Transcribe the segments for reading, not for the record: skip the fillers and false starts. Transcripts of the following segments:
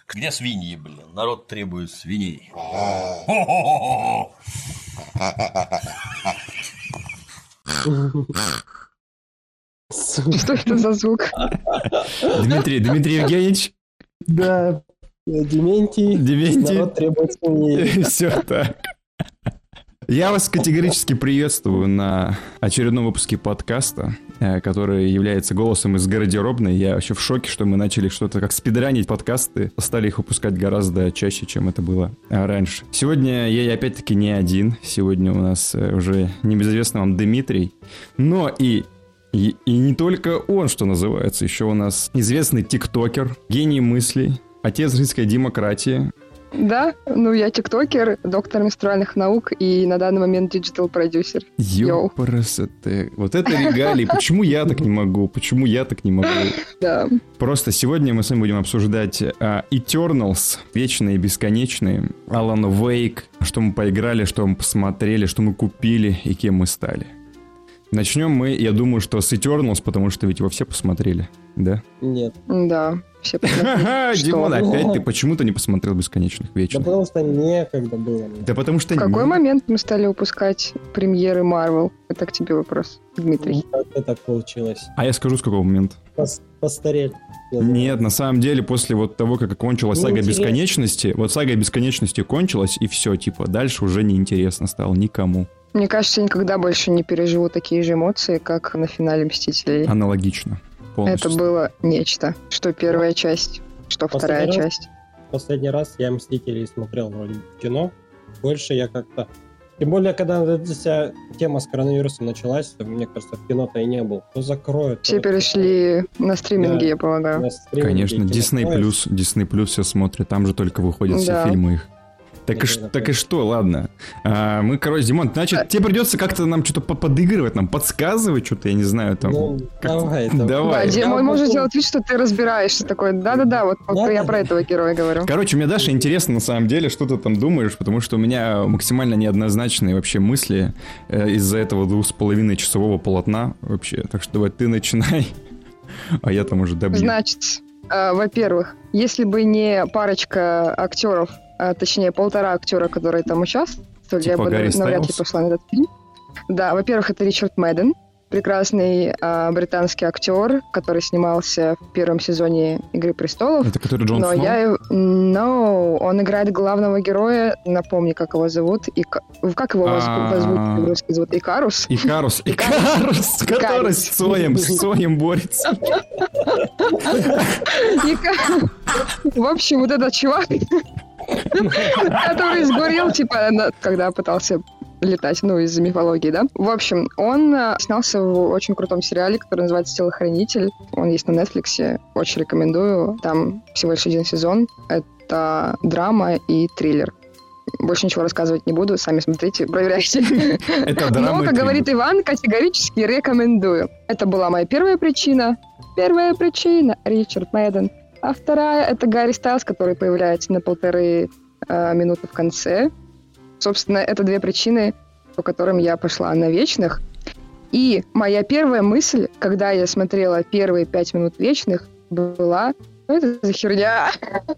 Где свиньи, блин? Народ требует свиней. Что это за звук? Дмитрий Евгеньевич? Да, Дементий. Народ требует свиней. Все так. Я вас категорически приветствую на очередном выпуске подкаста, который является голосом из гардеробной. Я вообще в шоке, что мы начали что-то как спидранить подкасты, стали их выпускать гораздо чаще, чем это было раньше. Сегодня я опять-таки не один. Сегодня у нас уже небезызвестный вам Дмитрий. Но и не только он, что называется. Еще у нас известный тиктокер, гений мыслей, отец русской демократии. Да, я тиктокер, доктор менструальных наук и на данный момент диджитал-продюсер. Ёпрасоте. Вот это регалии. Почему я так не могу? Да. Просто сегодня мы с вами будем обсуждать Eternals, вечные и бесконечные, Alan Wake, что мы поиграли, что мы посмотрели, что мы купили и кем мы стали. Начнем мы, я думаю, что с Eternals, потому что ведь его все посмотрели, да? Нет. Да, все посмотрели. Димон, опять ты почему-то не посмотрел «Бесконечных вечных»? Да потому что некогда было. Да потому что... В какой момент мы стали выпускать премьеры Marvel? Это к тебе вопрос, Дмитрий. Как это так получилось? А я скажу, с какого момента. Постарели. Нет, на самом деле, после вот того, как кончилась сага Бесконечности, вот сага Бесконечности кончилась, и все, типа, дальше уже неинтересно стало никому. Мне кажется, я никогда больше не переживу такие же эмоции, как на финале «Мстителей». Аналогично. Полностью. Это было нечто. Что первая часть, что вторая часть. Последний раз я «Мстителей» смотрел вроде в кино. Больше я как-то... Тем более, когда эта вся тема с коронавирусом началась, то, мне кажется, в кино-то и не был. То закроют. Все перешли на стриминги, да, я полагаю. Конечно, Disney+ все смотрят, там же только выходят все фильмы их. Так и что, ладно. Мы, Димон, значит, тебе придется как-то нам что-то подыгрывать, нам подсказывать что-то, я не знаю, там. Давай. Да, Димон может сделать вид, что ты разбираешься, такой, да-да-да, вот я про этого героя говорю. Короче, мне, Даша, интересно, на самом деле, что ты там думаешь, потому что у меня максимально неоднозначные вообще мысли из-за этого 2,5-часового полотна вообще. Так что давай ты начинай, а я там уже добью. Значит, во-первых, если бы не парочка актеров, точнее, 1,5 актера, которые там участвовали, типа я бы навряд ли пошла на этот фильм. Да, во-первых, это Ричард Мэдден, прекрасный британский актер, который снимался в первом сезоне «Игры престолов». Это который Джон Сноу? Он играет главного героя, напомни, как его зовут. Как его по-русски зовут? Икарус, который с Цоем борется. В общем, вот этот чувак, который сгорел, когда пытался летать, из мифологии, да. В общем, он снялся в очень крутом сериале, который называется «Телохранитель». Он есть на Netflix, очень рекомендую. Там всего лишь 1 сезон. Это драма и триллер. Больше ничего рассказывать не буду, сами смотрите, проверяйте. Но, как говорит Иван, категорически рекомендую. Это была моя первая причина. Ричард Мэдден. А вторая — это Гарри Стайлз, который появляется на 1,5 минуты в конце. Собственно, это 2 причины, по которым я пошла на «Вечных». И моя первая мысль, когда я смотрела первые 5 минут «Вечных», была: это за херня?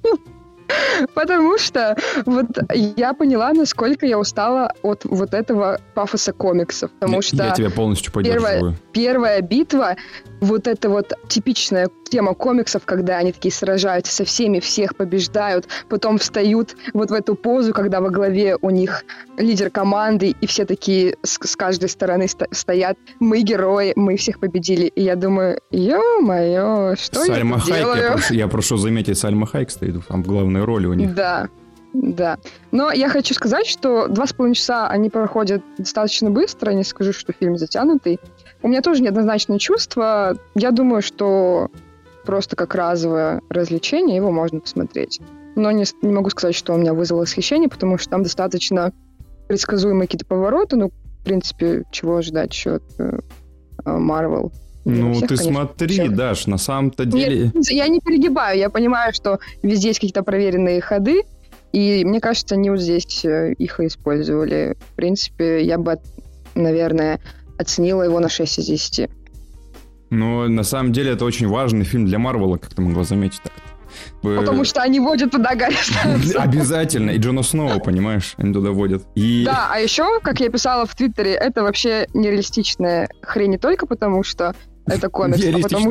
Потому что я поняла, насколько я устала от вот этого пафоса комиксов. Потому что я тебя полностью поддерживаю. Первая битва, вот эта вот типичная тема комиксов, когда они такие сражаются со всеми, всех побеждают, потом встают вот в эту позу, когда во главе у них лидер команды, и все такие с каждой стороны стоят: мы герои, мы всех победили. И я думаю, ё-моё, что я тут делаю? Я прошу заметить, Сальма Хайек стоит там в главной роли у них. Да. Но я хочу сказать, что 2,5 часа они проходят достаточно быстро. Не скажу, что фильм затянутый. У меня тоже неоднозначное чувство. Я думаю, что просто как разовое развлечение его можно посмотреть. Но не могу сказать, что у меня вызвало восхищение, потому что там достаточно предсказуемые какие-то повороты. В принципе, чего ожидать еще от Marvel? Ты конечно, смотри, всех. Даш, на самом-то деле... Нет, я не перегибаю, я понимаю, что везде есть какие-то проверенные ходы, и мне кажется, они вот здесь их и использовали. В принципе, я бы, наверное, оценила его на 6 из 10. На самом деле, это очень важный фильм для Марвела, как ты могла заметить так. Потому что они водят туда Гарри Стайлза. Обязательно. И Джона Сноу, понимаешь, они туда водят. Да, а еще, как я писала в Твиттере, это вообще нереалистичная хрень не только потому, что это комикс,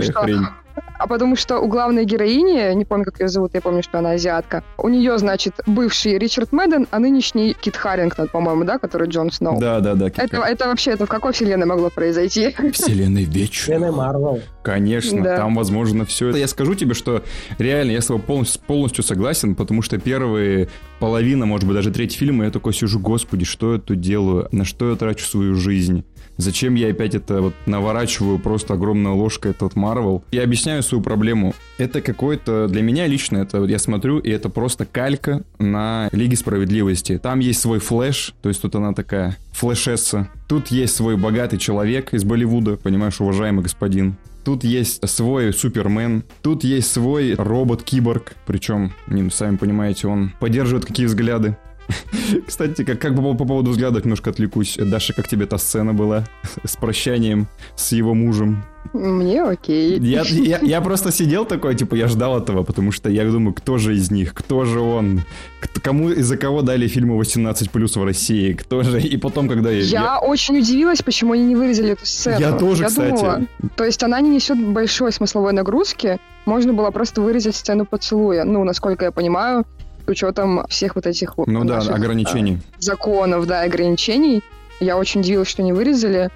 потому что у главной героини, не помню, как ее зовут, я помню, что она азиатка, у нее, значит, бывший Ричард Мэдден, а нынешний Кит Харрингтон, по-моему, да, который Джон Сноу. Да. Это вообще, это в какой вселенной могло произойти? Вселенной вечной. Вселенной Марвел. Конечно, да. Там, возможно, все это. Я скажу тебе, что реально я с тобой полностью согласен, потому что первые половина, может быть, даже треть фильма, я такой сижу, господи, что я тут делаю, на что я трачу свою жизнь? Зачем я опять это вот наворачиваю просто огромной ложкой этот Марвел? Я объясняю свою проблему. Это какой-то, для меня лично, это я смотрю, и это просто калька на Лиге Справедливости. Там есть свой Флэш, то есть тут она такая флэшесса. Тут есть свой богатый человек из Болливуда, понимаешь, уважаемый господин. Тут есть свой Супермен, тут есть свой робот-киборг, причем, сами понимаете, он поддерживает какие взгляды. Кстати, как по поводу взглядов немножко отвлекусь. Даша, как тебе та сцена была с прощанием с его мужем? Мне окей. Я просто сидел такой, типа, я ждал этого, потому что я думаю, кто же из них, кто же он, кому из-за кого дали фильмы 18+ в России, кто же, и потом, когда Я очень удивилась, почему они не вырезали эту сцену. Я тоже, кстати. Думала, то есть она не несет большой смысловой нагрузки, можно было просто вырезать сцену поцелуя, насколько я понимаю, с учетом всех вот этих ограничений. Законов, ограничений. Я очень удивилась, что не вырезали.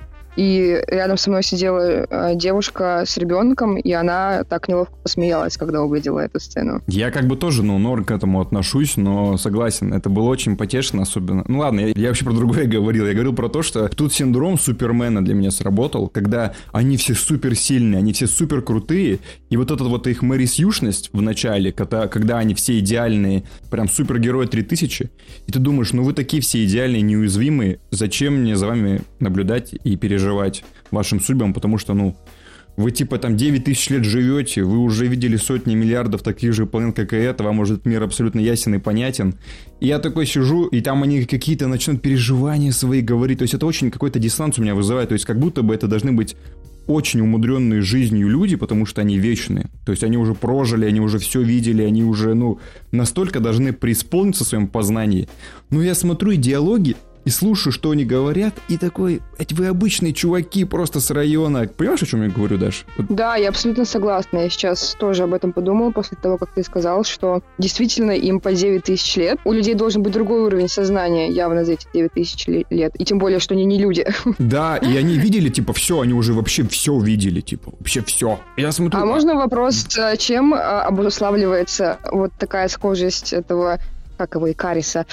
И рядом со мной сидела девушка с ребенком, и она так неловко посмеялась, когда увидела эту сцену. Я как бы тоже, норм к этому отношусь, но согласен, это было очень потешно, особенно... Ну ладно, я вообще про другое говорил. Я говорил про то, что тут синдром Супермена для меня сработал, когда они все суперсильные, они все супер крутые, и вот эта вот их мэрисьюшность в начале, когда они все идеальные, прям супергерои 3000, и ты думаешь, вы такие все идеальные, неуязвимые, зачем мне за вами наблюдать и переживать вашим судьбам, потому что, вы типа там 9000 лет живете, вы уже видели сотни миллиардов таких же планет, как и это, вам может мир абсолютно ясен и понятен. И я такой сижу, и там они какие-то начнут переживания свои говорить, то есть это очень какой-то диссонанс у меня вызывает, то есть как будто бы это должны быть очень умудренные жизнью люди, потому что они вечные. То есть они уже прожили, они уже все видели, они уже, настолько должны преисполниться в своем познании. Но я смотрю диалоги, и слушаю, что они говорят, и такой, вы обычные чуваки просто с района. Понимаешь, о чем я говорю, Даш? Да, я абсолютно согласна. Я сейчас тоже об этом подумала после того, как ты сказал, что действительно им по 9000 лет. У людей должен быть другой уровень сознания явно за эти 9000 лет. И тем более, что они не люди. Да, и они видели, все, они уже вообще все видели, вообще все. Я смотрю... А можно вопрос, чем обуславливается вот такая схожесть этого, как его, Икариса,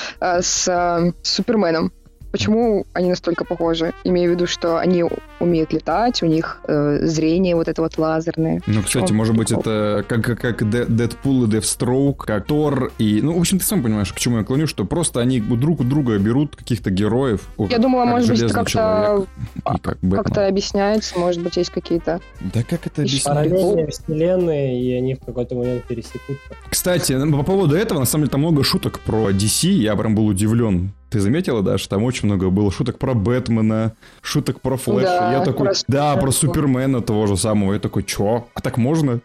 с Суперменом? Почему они настолько похожи? Имею в виду, что они умеют летать, у них зрение вот это вот лазерное. Кстати, может быть, это как Дэдпул и Девстроук, как Тор и... в общем, ты сам понимаешь, к чему я клоню, что просто они друг у друга берут каких-то героев. Я думала, может быть, это как-то объясняется, может быть, есть какие-то... Да как это объясняется? Параллельные вселенные, и они в какой-то момент пересекутся. Кстати, по поводу этого, на самом деле, там много шуток про DC, я прям был удивлен. Ты заметила, да, что там очень много было шуток про Бэтмена, шуток про Флэша. Да, я такой, про Супермена того же самого. Я такой, чё? А так можно?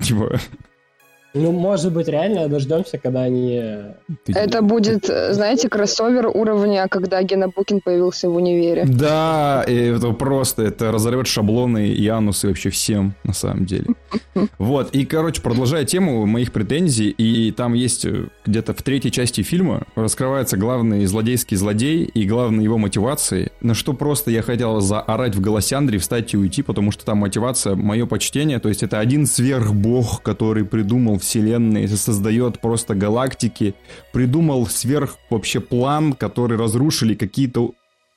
Может быть, реально дождемся, когда они... Это будет, знаете, кроссовер уровня, когда Гена Букин появился в универе. Да, и это просто, это разорвет шаблоны и анусы вообще всем, на самом деле. Вот, и, продолжая тему моих претензий, и там есть где-то в третьей части фильма раскрывается главный злодейский злодей и главные его мотивации, на что просто я хотел заорать в голосяндре, встать и уйти, потому что там мотивация, мое почтение, то есть это один сверхбог, который придумал вселенной, создает просто галактики, придумал вообще план, который разрушили какие-то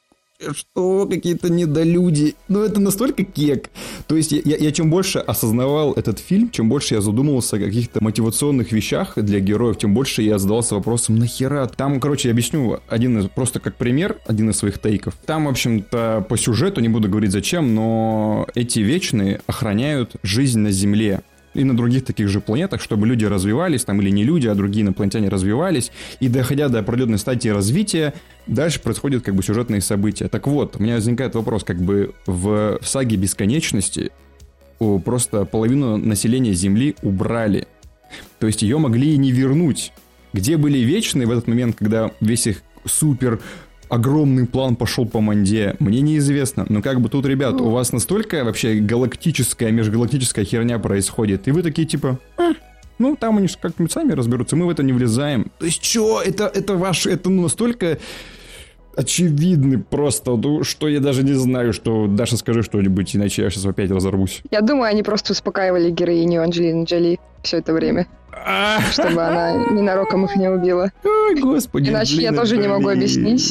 недолюди. Это настолько кек. То есть я чем больше осознавал этот фильм, чем больше я задумывался о каких-то мотивационных вещах для героев, тем больше я задавался вопросом, нахера? Там, я объясню просто как пример, один из своих тейков. Там, в общем-то, по сюжету, не буду говорить зачем, но эти вечные охраняют жизнь на Земле и на других таких же планетах, чтобы люди развивались, или не люди, а другие инопланетяне развивались, и доходя до определенной стадии развития, дальше происходят сюжетные события. Так вот, у меня возникает вопрос, в саге бесконечности просто половину населения Земли убрали. То есть ее могли и не вернуть. Где были вечные в этот момент, когда весь их супер огромный план пошел по манде, мне неизвестно. Но как бы тут, ребят, у вас настолько вообще галактическая, межгалактическая херня происходит, и вы такие типа... Ну, там они как-нибудь сами разберутся, мы в это не влезаем. То есть, что? Это ваше... Это настолько очевидно просто, что я даже не знаю, что... Даша, скажи что-нибудь, иначе я сейчас опять разорвусь. Я думаю, они просто успокаивали героиню Анджелины Джоли все это время. Чтобы она ненароком их не убила. Ой, господи. Иначе я тоже не могу объяснить.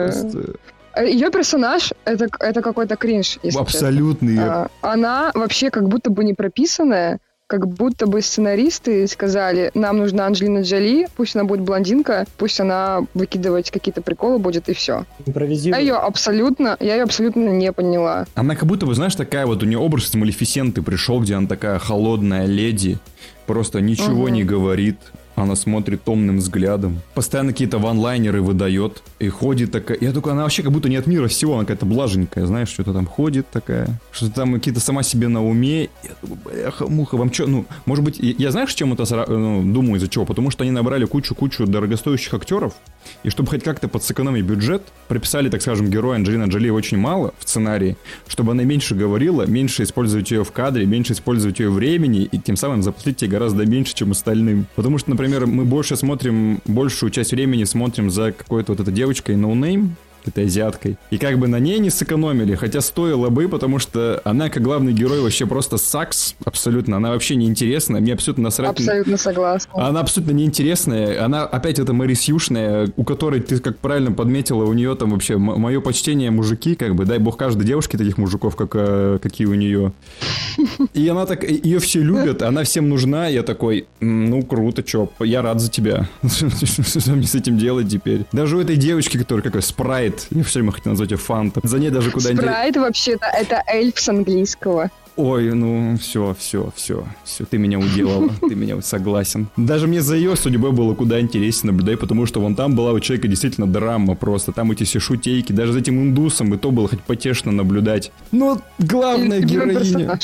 Ее персонаж это какой-то кринж, если абсолютный. Честно. Она вообще как будто бы не прописанная, как будто бы сценаристы сказали, нам нужна Анджелина Джоли, пусть она будет блондинка, пусть она выкидывать какие-то приколы будет, и все. Я ее абсолютно не поняла. Она как будто бы, знаешь, такая вот, у нее образ из Малефисенты пришел, где она такая холодная леди, просто ничего не говорит. Она смотрит томным взглядом. Постоянно какие-то ванлайнеры выдает. И ходит такая... Я только, она вообще как будто не от мира всего. Она какая-то блаженькая, знаешь, что-то там ходит такая. Что-то там какие-то сама себе на уме. Я думаю, бляха-муха, вам что? Ну, может быть, я знаешь, чем это думаю, из-за чего? Потому что они набрали кучу дорогостоящих актеров. И чтобы хоть как-то подсэкономить бюджет, прописали, так скажем, героя Анджелины Джоли очень мало в сценарии, чтобы она меньше говорила, меньше использовать ее в кадре, меньше использовать ее времени, и тем самым заплатить ей гораздо меньше, чем остальным. Потому что, например, мы большую часть времени смотрим за какой-то вот этой девочкой No Name, этой азиаткой. И как бы на ней не сэкономили, хотя стоило бы, потому что она, как главный герой, вообще просто сакс абсолютно. Она вообще неинтересная, мне абсолютно насрать. Абсолютно согласна. Она абсолютно неинтересная. Она опять это Мэри Сьюшная, у которой, ты как правильно подметила, у нее там вообще мое почтение мужики, как бы, дай бог каждой девушке таких мужиков, какие у нее. И она так, ее все любят, она всем нужна. Я такой, ну круто, чё, я рад за тебя. Что мне с этим делать теперь? Даже у этой девочки, которая какой Спрайт, я все время хотел назвать ее Фанта. За ней даже куда-нибудь... Спрайт вообще-то это эльф с английского. Ой, ну, все, ты меня уделала, ты меня согласен. Даже мне за ее судьбой было куда интереснее наблюдать, потому что вон там была у человека действительно драма просто. Там эти все шутейки, даже за этим индусом, и то было хоть потешно наблюдать. Но главная героиня...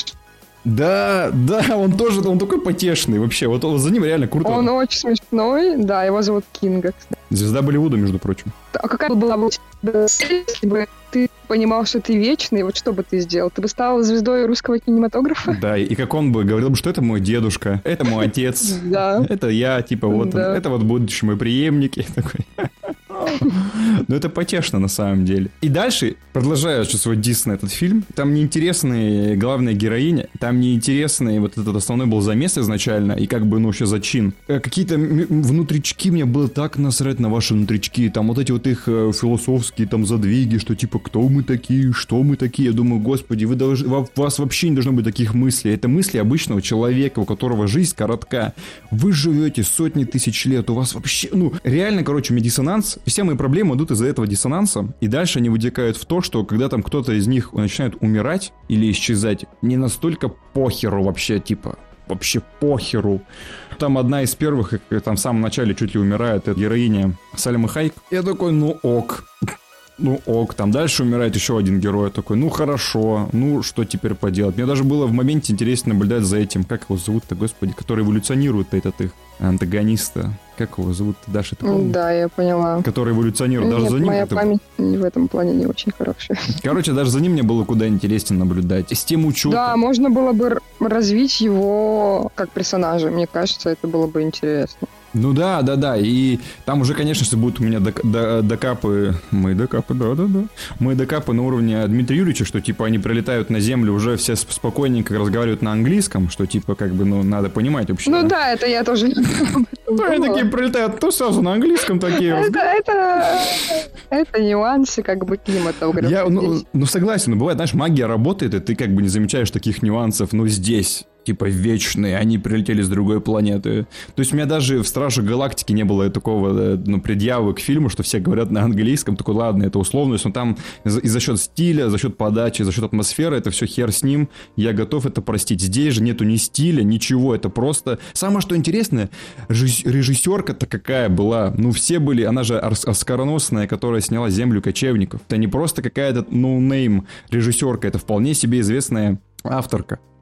Да, он такой потешный вообще. Вот за ним реально круто. Он очень смешной, да, его зовут Кинга. Звезда Болливуда, между прочим. А какая была бы если бы ты понимал, что ты вечный, вот что бы ты сделал? Ты бы стал звездой русского кинематографа? Да, и как он бы говорил, что это мой дедушка, это мой отец, это я, типа вот, это вот будущий мой преемник. Я такой... Ну, это потешно на самом деле. И дальше, продолжая свой дисс на этот фильм, там неинтересная главная героиня, там неинтересный вот этот основной был замес изначально, и как бы, ну, вообще зачин. Какие-то внутрички, мне было так насрать на ваши внутрички, там вот эти вот их философские там задвиги, что типа, кто мы такие, что мы такие. Я думаю, господи, у вас вообще не должно быть таких мыслей. Это мысли обычного человека, у которого жизнь коротка. Вы живете сотни тысяч лет, у вас вообще, ну, реально, короче, у меня диссонанс. Все мои проблемы идут из-за этого диссонанса, и дальше они вытекают в то, что когда там кто-то из них начинает умирать или исчезать, не настолько похеру вообще, типа, вообще похеру. Там одна из первых, там в самом начале чуть ли умирает, это героиня Сальмы Хайек. Я такой, ну ок. Ну ок, там дальше умирает еще один герой. Я такой, ну хорошо, ну что теперь поделать? Мне даже было в моменте интересно наблюдать за этим. Как его зовут-то, господи, который эволюционирует, этот их антагониста. Как его зовут-то, Даша, ты помнишь? Да, я поняла. Который эволюционирует. Даже за ним моя память в этом плане не очень хорошая. Короче, даже за ним мне было куда интереснее наблюдать. С тем учетом... Да, можно было бы развить его как персонажа. Мне кажется, это было бы интересно. Ну да, и там уже, конечно же, будут у меня докапы, мои докапы на уровне Дмитрия Юрьевича, что типа они прилетают на землю, уже все спокойненько разговаривают на английском, что типа как бы, ну, надо понимать вообще. Ну да, это я тоже. Ну, они такие прилетают, то сразу на английском такие. Это нюансы как бы кинематографа. Я, ну согласен, но бывает, знаешь, магия работает, и ты как бы не замечаешь таких нюансов, но здесь... Типа вечные, они прилетели с другой планеты. То есть у меня даже в Страже Галактики не было такого, ну, предъявы к фильму, что все говорят на английском. Такой, ладно, это условность, но там и за счет стиля, за счет подачи, за счет атмосферы, это все хер с ним. Я готов это простить. Здесь же нету ни стиля, ничего, это просто... Самое, что интересное, режиссерка-то какая была. Ну, все были, она же оскароносная, которая сняла «Землю кочевников». Это не просто какая-то no-name режиссерка, это вполне себе известная авторка.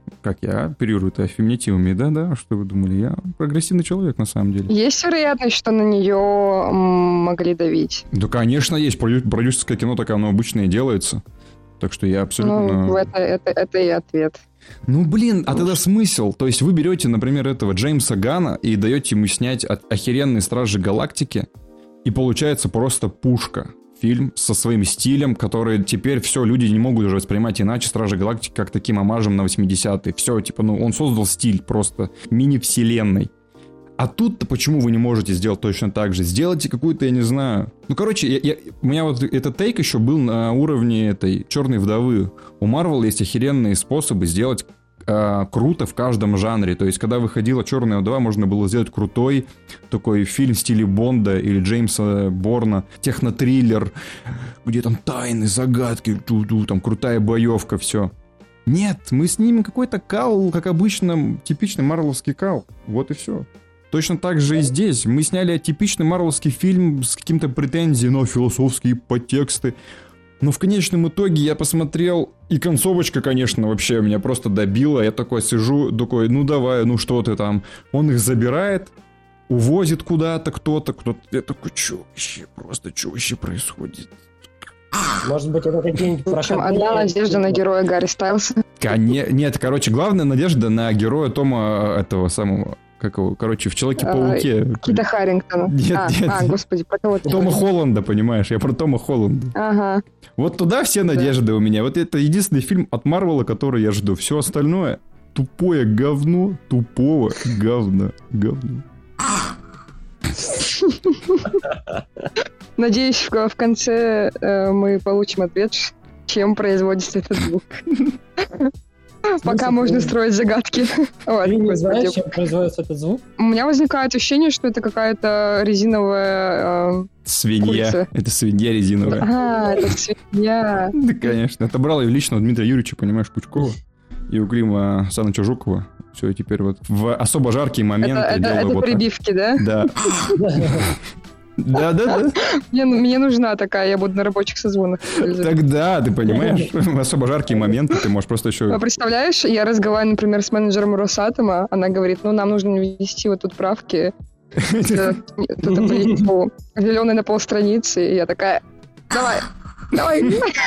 Как я оперирую это феминитивами, да-да, что вы думали? Я прогрессивный человек, на самом деле. Есть вероятность, что на нее могли давить? Да, конечно, есть. Продюсерское кино так оно обычно и делается. Так что я абсолютно... Ну, это и ответ. Ну, блин, а тогда смысл? То есть вы берете, например, этого Джеймса Ганна и даете ему снять охеренные «Стражи Галактики», и получается просто пушка. Фильм со своим стилем, который теперь все, люди не могут уже воспринимать иначе «Стражи Галактики» как таким омажем на 80-е. Все, типа, ну, он создал стиль просто мини-вселенной. А тут-то почему вы не можете сделать точно так же? Сделайте какую-то, я не знаю... Ну, короче, у меня вот этот тейк еще был на уровне этой «Черной вдовы». У Marvel есть охеренные способы сделать круто в каждом жанре. То есть, когда выходила «Черная вдова», можно было сделать крутой такой фильм в стиле Бонда или Джеймса Борна, технотриллер, где там тайны, загадки, там крутая боевка, все. Нет, мы снимем какой-то кал, как обычно, типичный марвеловский кал. Вот и все. Точно так же и здесь. Мы сняли типичный марвеловский фильм с каким-то претензией на философские подтексты. Но в конечном итоге я посмотрел, и концовочка, конечно, вообще меня просто добила. Я такой сижу, такой, ну давай, ну что ты там. Он их забирает, увозит куда-то кто-то. Я такой, что вообще происходит? Может быть, это какие-нибудь проходные... Одна надежда на героя Гарри Стайлса. Нет, короче, главная надежда на героя Тома этого самого... Как его? Короче, в Человеке-пауке. Кита Харрингтона. Нет. Господи, про кого ты? Тома Холланда, понимаешь? Я про Тома Холланда. Ага. Вот туда все надежды у меня. Вот это единственный фильм от Марвела, который я жду. Все остальное тупое говно, тупого говна. Надеюсь, в конце мы получим ответ, чем производится этот звук. Пока можно строить загадки. Ты не знаешь, чем производится этот звук? У меня возникает ощущение, что это какая-то резиновая свинья. курица. Это свинья резиновая. Это свинья. Да, конечно. Это брал ее лично у Дмитрия Юрьевича, понимаешь, Пучкова и у Клима Саныча Жукова. Все, и теперь вот в особо жаркие моменты это вот прибивки, да? Да. Да. Мне нужна такая, я буду на рабочих созвонах. Тогда, ты понимаешь, в особо жаркие моменты ты можешь просто еще... Представляешь, я разговариваю, например, с менеджером Росатома, она говорит, ну, нам нужно ввести вот тут правки. Тут зеленый на полстраницы, и я такая, давай.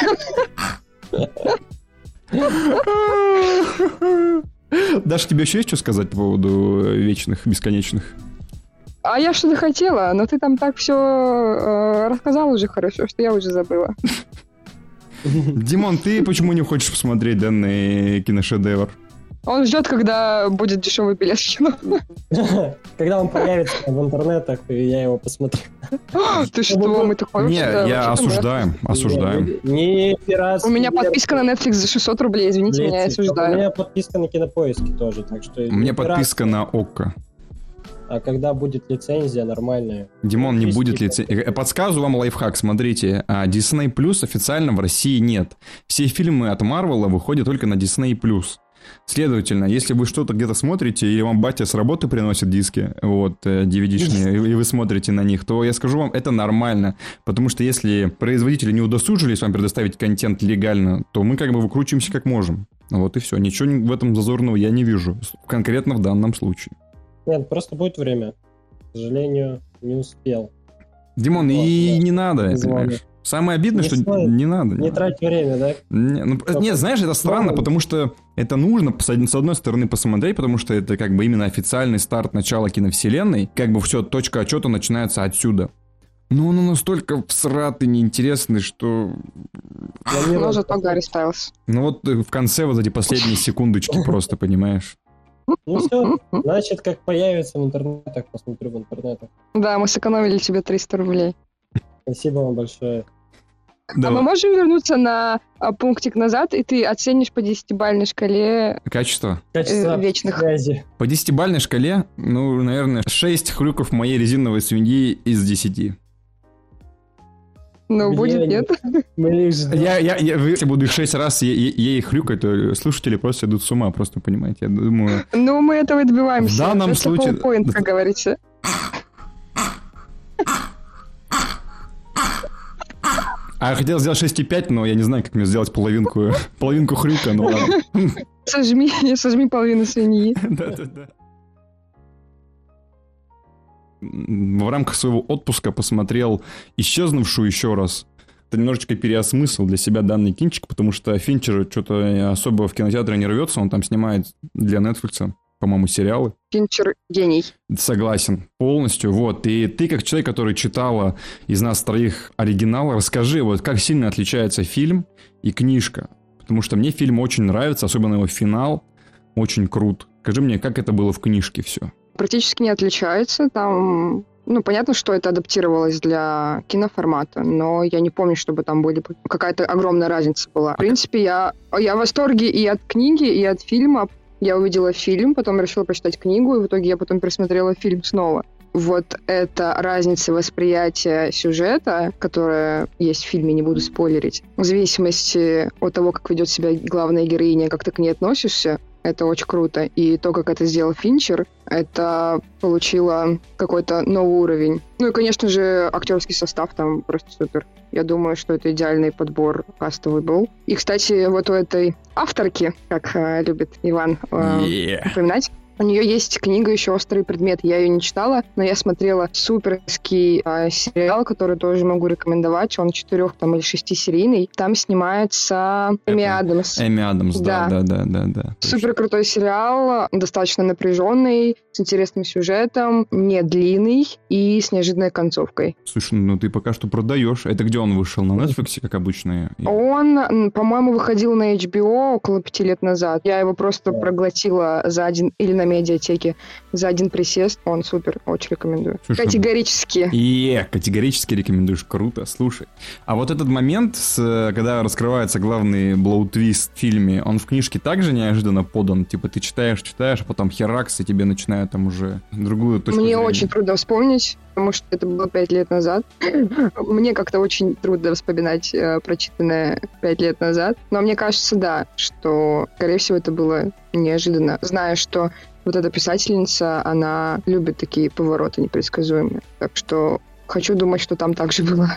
Даша, тебе еще есть что сказать по поводу вечных, бесконечных? А я что-то хотела, но ты там так все рассказал уже хорошо, что я уже забыла. Димон, ты почему не хочешь посмотреть данный киношедевр? Он ждет, когда будет дешевый билет в кино. Когда он появится в интернетах, и я его посмотрю. Ты что, мы такое... Не, я осуждаем. Не пиратский. У меня подписка на Netflix за 600 рублей, извините меня, я осуждаю. У меня подписка на Кинопоиске тоже, так что... У меня подписка на ОККО. А когда будет лицензия нормальная? Димон, не будет лицензии. Подсказываю вам лайфхак, смотрите. Disney Plus официально в России нет. Все фильмы от Марвела выходят только на Disney Plus. Следовательно, если вы что-то где-то смотрите, или вам батя с работы приносит диски, вот, DVD-шные, и вы смотрите на них, то я скажу вам, это нормально. Потому что если производители не удосужились вам предоставить контент легально, то мы как бы выкручиваемся как можем. Вот и все. Ничего в этом зазорного я не вижу. Конкретно в данном случае. Нет, просто будет время. К сожалению, не успел. Димон, и не надо, понимаешь? Самое обидное, что не надо. Не трать время, да? Нет, знаешь, это странно, потому что это нужно, с одной стороны, посмотреть, потому что это как бы именно официальный старт начала киновселенной. Как бы все, точка отчета начинается отсюда. Но он настолько всратый, неинтересный, что... Но зато Гарри Стайлс. Ну вот в конце вот эти последние секундочки просто, понимаешь? Ну все, значит, как появится в интернетах, посмотрю в интернетах. Да, мы сэкономили тебе 300 рублей. Спасибо вам большое. Да. А мы можем вернуться на пунктик назад, и ты оценишь по 10-бальной шкале... Качество вечных связи. По 10-бальной шкале, ну, наверное, 6 хрюков моей резиновой свиньи из 10. Ну, будет нет. Если буду их 6 раз ей хрюкать, то слушатели просто идут с ума, просто понимаете. Я думаю... Ну, мы этого и добиваемся. В данном случае... Point, как говорится. А я хотел сделать 6,5, но я не знаю, как мне сделать половинку хрюка, ну ладно. Сожми половину свиньи. Да-да-да. В рамках своего отпуска посмотрел «Исчезнувшую» еще раз. Это немножечко переосмыслил для себя данный кинчик, потому что Финчер что-то особо в кинотеатре не рвется, он там снимает для Netflix, по-моему, сериалы. Финчер гений. Согласен, полностью. Вот, и ты, как человек, который читала из нас троих оригинал, расскажи, вот как сильно отличается фильм и книжка. Потому что мне фильм очень нравится, особенно его финал, очень крут. Скажи мне, как это было в книжке все? Практически не отличается. Там, понятно, что это адаптировалось для киноформата, но я не помню, чтобы там какая-то огромная разница была. В принципе, я в восторге и от книги, и от фильма. Я увидела фильм, потом решила прочитать книгу, и в итоге я потом пересмотрела фильм снова. Вот эта разница восприятия сюжета, которая есть в фильме, не буду спойлерить, в зависимости от того, как ведет себя главная героиня, как ты к ней относишься, это очень круто. И то, как это сделал Финчер, это получило какой-то новый уровень. Ну и, конечно же, актерский состав там просто супер. Я думаю, что это идеальный подбор кастовый был. И, кстати, вот у этой авторки, как любит Иван упоминать, у нее есть книга еще «Острый предмет». Я ее не читала, но я смотрела суперский сериал, который тоже могу рекомендовать. Он 4 или 6-серийный. Там снимается Эми Адамс. Эми Адамс, да. Супер крутой сериал, достаточно напряженный, с интересным сюжетом, не длинный и с неожиданной концовкой. Слушай, ну ты пока что продаешь. Это где он вышел? На Netflix, как обычно? Он, по-моему, выходил на HBO около 5 лет назад. Я его просто проглотила за один, или на медиатеке, за один присест. Он супер, очень рекомендую. Слушай, категорически. Категорически рекомендуешь, круто. Слушай, а вот этот момент, когда раскрывается главный блоу-твист в фильме, он в книжке также неожиданно подан? Типа ты читаешь, а потом херакс, и тебе начинают там уже другую точку зрения. Мне очень трудно вспомнить, потому что это было 5 лет назад. Мне как-то очень трудно вспоминать прочитанное 5 лет назад. Но мне кажется, да, что, скорее всего, это было неожиданно. Зная, что вот эта писательница, она любит такие повороты непредсказуемые. Так что хочу думать, что там так же было.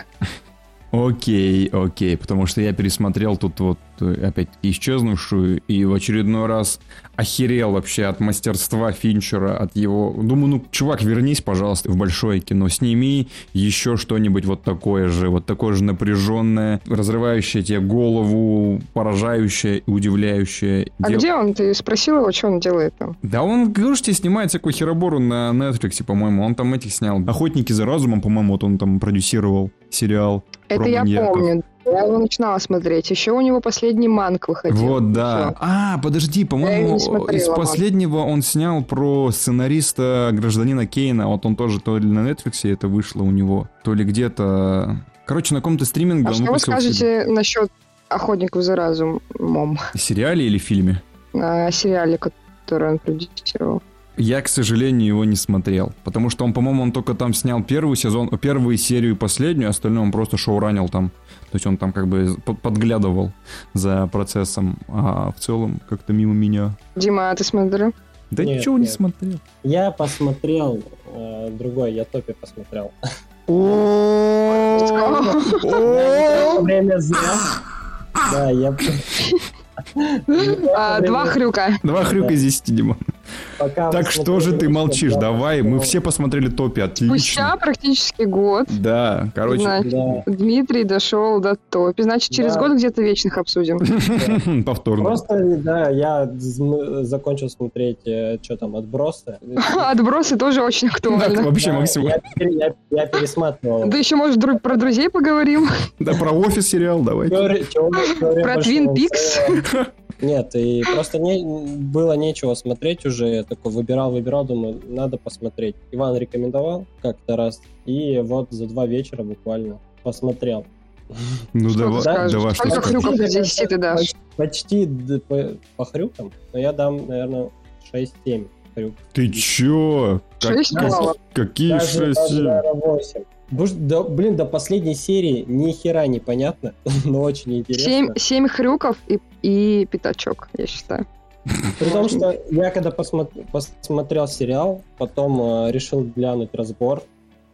Окей, потому что я пересмотрел тут вот опять-таки «Исчезнувшую» и в очередной раз охерел вообще от мастерства Финчера, от его... Думаю, чувак, вернись, пожалуйста, в большое кино, сними еще что-нибудь вот такое же напряженное, разрывающее тебе голову, поражающее и удивляющее. Где он? Ты спросил его, что он делает там? Да он, говорю, что снимает всякую херобору на Netflix, по-моему, он там этих снял. «Охотники за разумом», по-моему, вот он там продюсировал сериал. Это я помню. Я его начинала смотреть. Еще у него последний манг выходил. Вот, да. Все. Подожди, по-моему, из последнего он снял про сценариста гражданина Кейна. Вот он тоже то ли на Netflix это вышло у него, то ли где-то... Короче, на каком-то стриминге... А что вы скажете насчет «Охотников за разумом»? Сериале или фильме? Сериале, который он продюсировал. Я, к сожалению, его не смотрел, потому что он только там снял первую серию и последнюю, остальное он просто шоуранил там. То есть он там как бы подглядывал за процессом, а в целом как-то мимо меня. Дима, а ты смотрел? Да нет, ничего не смотрел. Я посмотрел другой, я топи посмотрел. Время зря. Да, я... 2 хрюка. 2 хрюка из 10, Дима. Так что же ты молчишь? Давай, мы все посмотрели топи, отлично. Спустя практически год. Да, короче. Значит, Дмитрий дошел до топи. Значит, через год где-то вечных обсудим. Повторно. Просто, да, я закончил смотреть, что там, «Отбросы». «Отбросы» тоже очень актуально. Вообще максимум. Я пересматривал. Да еще, может, про друзей поговорим? Да, про «Офис» сериал, давай. Про «Твин Пикс». Нет, и просто было нечего смотреть уже. Я такой выбирал, думаю, надо посмотреть. Иван рекомендовал как-то раз, и вот за 2 вечера буквально посмотрел. Ну давай, что сколько хрюков из 10 ты дашь? Почти по хрюкам, но я дам, наверное, 6-7 хрюк. Ты чё? 6 баллов? Какие 6-7? 8. До последней серии ни хера не понятно, но очень интересно. 7 хрюков и пятачок, я считаю. При том, что я когда посмотрел сериал, потом решил глянуть разбор,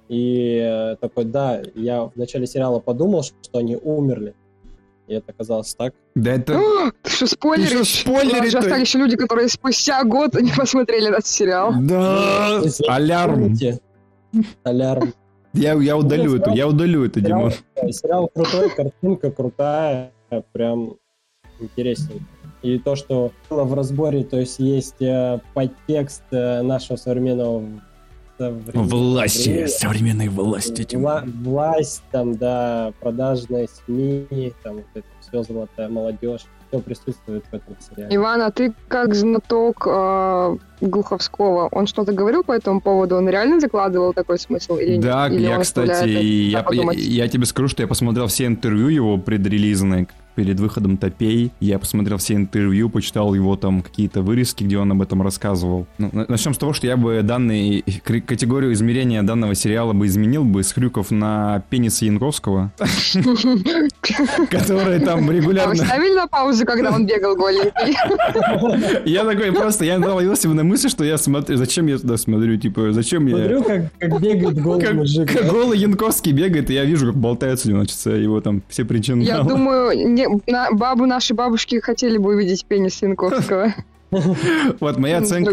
И такой, да, я в начале сериала подумал, что они умерли. И это оказалось так. Да это... Ты что, спойлеришь? Ты что, спойлерить-то? У нас же остались еще люди, которые спустя год не посмотрели этот сериал. Да, То есть, алярм. помните? Алярм. Я удалю это, Димон. Сериал крутой, картинка крутая, прям интересненько. И то, что было в разборе, то есть подтекст нашего современного Власти, современной власти. власть, там, да, продажные СМИ, там, вот это все, золотая молодежь, все присутствует в этом сериале. Иван, а ты как знаток Глуховского, он что-то говорил по этому поводу? Он реально закладывал такой смысл или нет? Да, Или я, он кстати, оставляет это подумать? я тебе скажу, что я посмотрел все интервью его предрелизные перед выходом Топей. Я посмотрел все интервью, почитал его там какие-то вырезки, где он об этом рассказывал. Ну, начнем с того, что я бы категорию измерения данного сериала бы изменил бы с хрюков на пенис Янковского, который там А вы регулярно... ставили на паузу, когда он бегал голенький? Я такой просто, я ловился на мысли, что я смотрю, зачем я туда смотрю, типа, зачем я... Смотрю, как бегает голый мужик. Как голый Янковский бегает, и я вижу, как болтаются, значит, его там все причины. Я думаю, наши бабушки хотели бы увидеть пенис Янковского. Вот моя оценка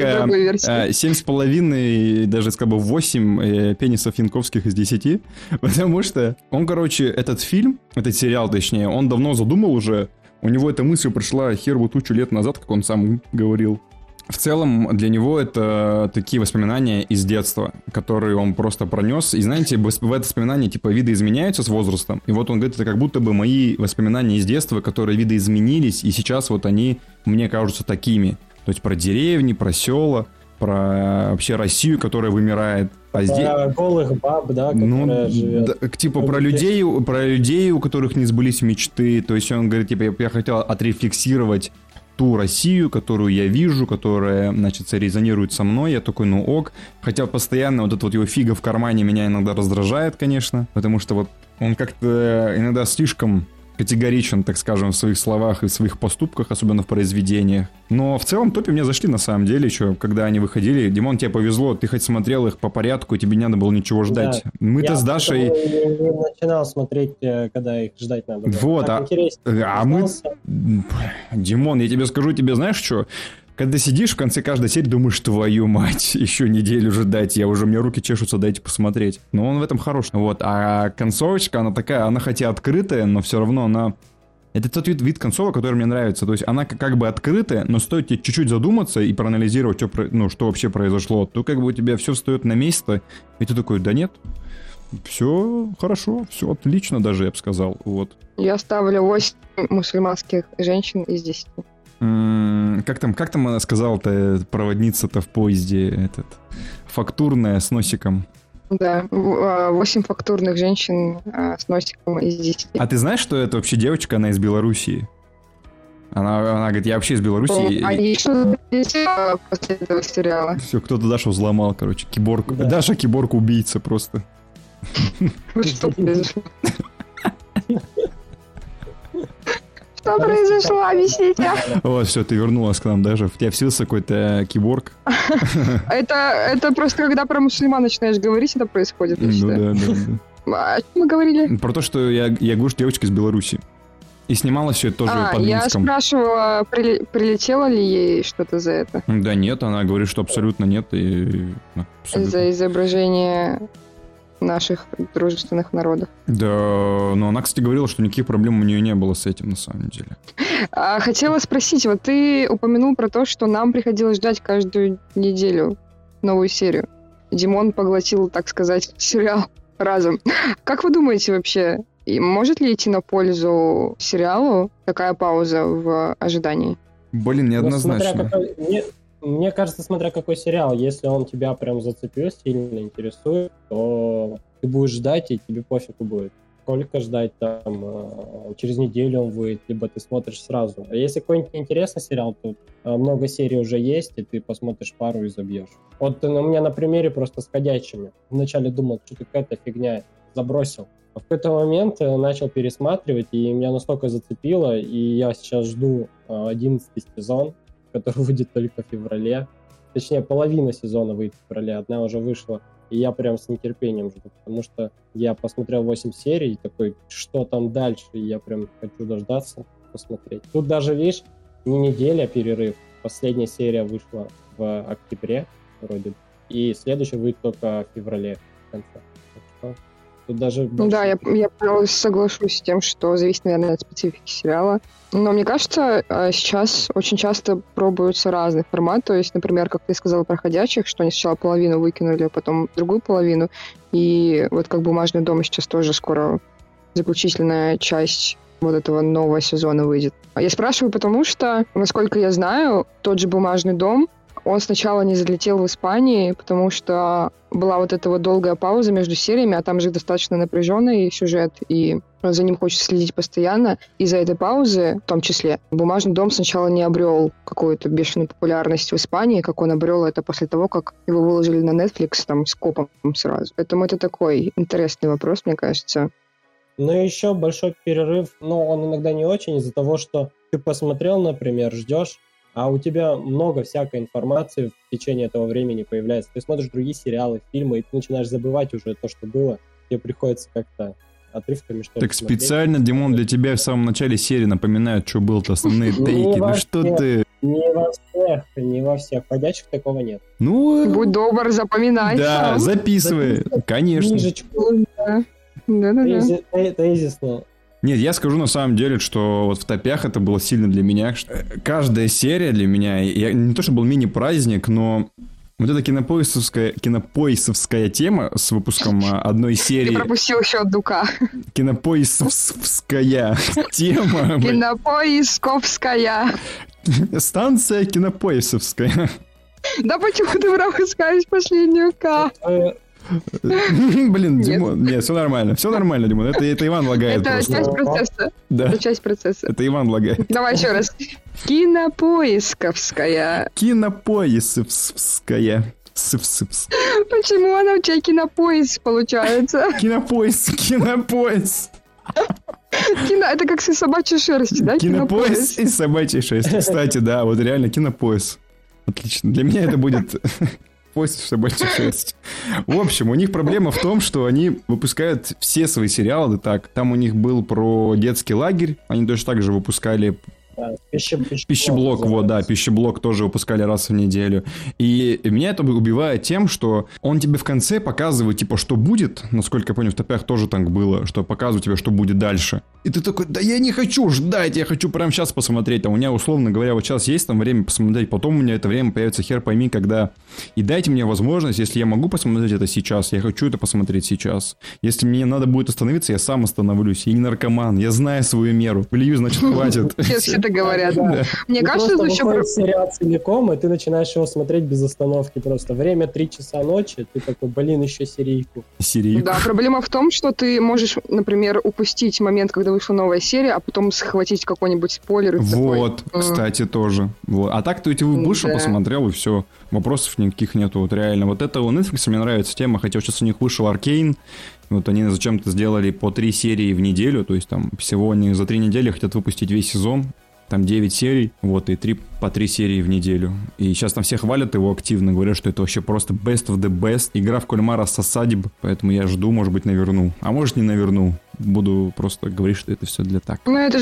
7,5, даже сказал бы 8 пенисов Янковских из 10, потому что он, короче, этот сериал, точнее, он давно задумал уже, у него эта мысль пришла херву тучу лет назад, как он сам говорил. В целом, для него это такие воспоминания из детства, которые он просто пронес. И знаете, в это воспоминания типа видоизменяются с возрастом. И вот он говорит, это как будто бы мои воспоминания из детства, которые видоизменились, и сейчас вот они мне кажутся такими. То есть про деревни, про села, про вообще Россию, которая вымирает. А здесь... Про голых баб, да, которая живет. Да, типа про людей, у которых не сбылись мечты. То есть он говорит, типа, я хотел отрефлексировать ту Россию, которую я вижу, которая, значит, резонирует со мной. Я такой, ну ок. Хотя постоянно вот эта вот его фига в кармане меня иногда раздражает, конечно. Потому что вот он как-то иногда слишком категоричен, так скажем, в своих словах и в своих поступках, особенно в произведениях. Но в целом топи мне зашли на самом деле еще, когда они выходили. Димон, тебе повезло, ты хоть смотрел их по порядку, тебе не надо было ничего ждать. Да. Мы-то с Дашей... Я не начинал смотреть, когда их ждать надо было. Вот, мы... Димон, я тебе скажу, знаешь что? Когда сидишь в конце каждой серии, думаешь, твою мать, еще неделю ждать, у меня руки чешутся, дайте посмотреть. Но он в этом хорош. Вот, а концовочка, она такая, она хотя открытая, но все равно она... Это тот вид концовок, который мне нравится. То есть она как бы открытая, но стоит тебе чуть-чуть задуматься и проанализировать, что вообще произошло. То как бы у тебя все встает на место, и ты такой, да нет, все хорошо, все отлично даже, я бы сказал. Вот. Я ставлю 8 мусульманских женщин из 10. Как там она сказала-то, проводница-то в поезде, фактурная с носиком? Да, 8 фактурных женщин с носиком из 10. А ты знаешь, что это вообще девочка, она из Белоруссии? Она говорит, я вообще из Белоруссии. А ей что после этого сериала? Все, кто-то Дашу взломал, короче, киборг. Да. Даша киборг-убийца просто. Что произошло? Что произошло? Объясните. Вот, все, ты вернулась к нам даже. В тебя вселился какой-то киборг. Это просто когда про мусульман начинаешь говорить, это происходит. Ну да. О чем мы говорили? Про то, что я говорю, что девочка из Беларуси. И снималась все это тоже под Минском. Я спрашивала, прилетело ли ей что-то за это? Да нет, она говорит, что абсолютно нет. За изображение наших дружественных народов. Да, но она, кстати, говорила, что никаких проблем у нее не было с этим, на самом деле. Хотела спросить, вот ты упомянул про то, что нам приходилось ждать каждую неделю новую серию. Димон поглотил, так сказать, сериал разом. Как вы думаете вообще, может ли идти на пользу сериалу такая пауза в ожидании? Блин, неоднозначно. Мне кажется, смотря какой сериал, если он тебя прям зацепил, сильно интересует, то ты будешь ждать, и тебе пофигу будет. Сколько ждать там, через неделю он выйдет, либо ты смотришь сразу. А если какой-нибудь интересный сериал, то много серий уже есть, и ты посмотришь пару и забьешь. Вот у меня на примере просто с «Ходячими». Вначале думал, что какая-то фигня, забросил. А в какой-то момент начал пересматривать, и меня настолько зацепило, и я сейчас жду 11-й сезон, который выйдет только в феврале. Точнее, половина сезона выйдет в феврале, одна уже вышла. И я прям с нетерпением жду, потому что я посмотрел 8 серий, и такой, что там дальше? И я прям хочу дождаться, посмотреть. Тут даже, видишь, не неделя перерыв. Последняя серия вышла в октябре, вроде бы. И следующая выйдет только в феврале, в конце. Так что тут даже... Да, я соглашусь с тем, что зависит, наверное, от специфики сериала. Но мне кажется, сейчас очень часто пробуются разные форматы. То есть, например, как ты сказала про «Ходячих», что они сначала половину выкинули, а потом другую половину. И вот как «Бумажный дом» сейчас тоже скоро заключительная часть вот этого нового сезона выйдет. Я спрашиваю, потому что, насколько я знаю, тот же «Бумажный дом», он сначала не залетел в Испании, потому что была вот эта вот долгая пауза между сериями, а там же достаточно напряженный сюжет, и за ним хочется следить постоянно. Из-за этой паузы, в том числе, «Бумажный дом» сначала не обрел какую-то бешеную популярность в Испании, как он обрел это после того, как его выложили на Netflix там с копом сразу. Поэтому это такой интересный вопрос, мне кажется. Но еще большой перерыв, но он иногда не очень, из-за того, что ты посмотрел, например, ждешь, а у тебя много всякой информации в течение этого времени появляется. Ты смотришь другие сериалы, фильмы, и ты начинаешь забывать уже то, что было. Тебе приходится как-то отрывками что-то Так смотреть. специально, Димон, для тебя в самом начале серии напоминают, что было-то основные тейки. Ну что ты... Не во всех. «Ходячих» такого нет. Ну... Будь добр, запоминай. Да, записывай. Конечно. Книжечку. Да. Тезисно. Нет, я скажу на самом деле, что вот в топях это было сильно для меня. Каждая серия для меня, я не то, что был мини-праздник, но вот эта кинопоисовская тема с выпуском одной серии... Ты пропустил еще «Дука». Кинопоисовская тема. Кинопоисковская. Станция Кинопоисовская. Да почему ты пропускаешь последнюю «К»? Блин, Димон, нет, все нормально, Димон, это Иван лагает Это просто. часть процесса. Да. Это часть процесса. Это Иван лагает. Давай еще раз. Кинопоисковская. Кинопоисовская. Почему она у тебя кинопоис получается? Кинопоис. Это как с собачьей шерсти, да? Кинопоис и собачьей шерсти. Кстати, да, вот реально кинопоис. Отлично. Для меня это будет... Поиск собачьей шерсти. В общем, у них проблема в том, что они выпускают все свои сериалы так. Там у них был про детский лагерь. Они точно так же выпускали... Пищеблок, вот, да, пищеблок тоже выпускали раз в неделю. И меня это убивает тем, что он тебе в конце показывает, типа, что будет. Насколько я понял, в топях тоже так было, что показывают тебе, что будет дальше. И ты такой, да я не хочу ждать, я хочу прямо сейчас посмотреть. А у меня, условно говоря, вот сейчас есть там время посмотреть, потом у меня это время появится хер пойми, когда. И дайте мне возможность, если я могу посмотреть это сейчас, я хочу это посмотреть сейчас. Если мне надо будет остановиться, я сам остановлюсь. Я не наркоман, я знаю свою меру. Блин, значит, хватит. Все так говорят. Мне кажется, что еще... выходит сериал целиком, и ты начинаешь его смотреть без остановки просто. Время 3 часа ночи, ты такой, блин, еще серийку. Да, проблема в том, что ты можешь, например, упустить момент, когда вышла новая серия, а потом схватить какой-нибудь спойлер. Вот, кстати, тоже. Вот. А так ты вышел, посмотрел, и все. Вопросов никаких нету. Вот реально. Вот это у Netflix мне нравится тема, хотя сейчас у них вышел Аркейн. Вот они зачем-то сделали по 3 серии в неделю, то есть там всего они за 3 недели хотят выпустить весь сезон. Там 9 серий, вот, и по 3 серии в неделю. И сейчас там все хвалят его активно, говорят, что это вообще просто best of the best. Игра в кальмара с Сасадиб, поэтому я жду, может быть, наверну. А может, не наверну. Буду просто говорить, что это все для так. Ну, это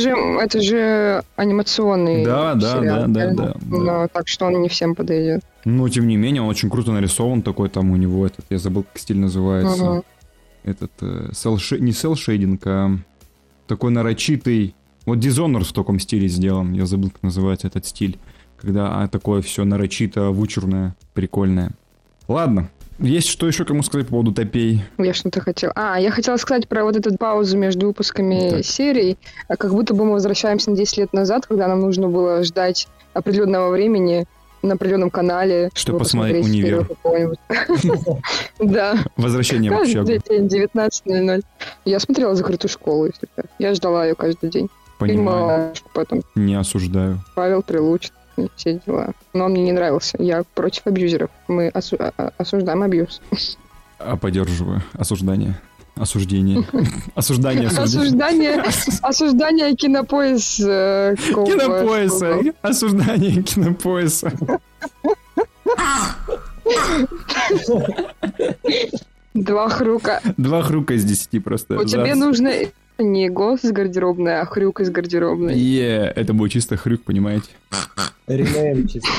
же анимационный сериал. Да. Но так что он не всем подойдет. Но, тем не менее, он очень круто нарисован такой, там у него этот, я забыл, как стиль называется. Угу. Этот, не селшейдинг, а такой нарочитый. Вот Dishonored в таком стиле сделан. Я забыл, как называется этот стиль. Когда такое все нарочито, вычурное, прикольное. Ладно. Есть что еще кому сказать по поводу топей? Я что-то хотела... я хотела сказать про вот эту паузу между выпусками серий. Как будто бы мы возвращаемся на 10 лет назад, когда нам нужно было ждать определенного времени на определенном канале, чтобы посмотреть «Универ». Да. Возвращение в общагу. Каждый день 19:00. Я смотрела «Закрытую школу». Я ждала ее каждый день. Понимаю. Потом. Не осуждаю. Павел Прилуч, все дела. Но он мне не нравился. Я против абьюзеров. Мы осуждаем абьюз. Поддерживаю. Осуждение. Осуждение. Осуждение. Осуждание кинопоиса. Кинопоиса. Осуждание кинопоиса. Два хрюка. 2 хрюка из 10 просто. У тебе нужно не голос из гардеробной, а хрюк из гардеробной. Это будет чисто хрюк, понимаете? Ренейм чисто.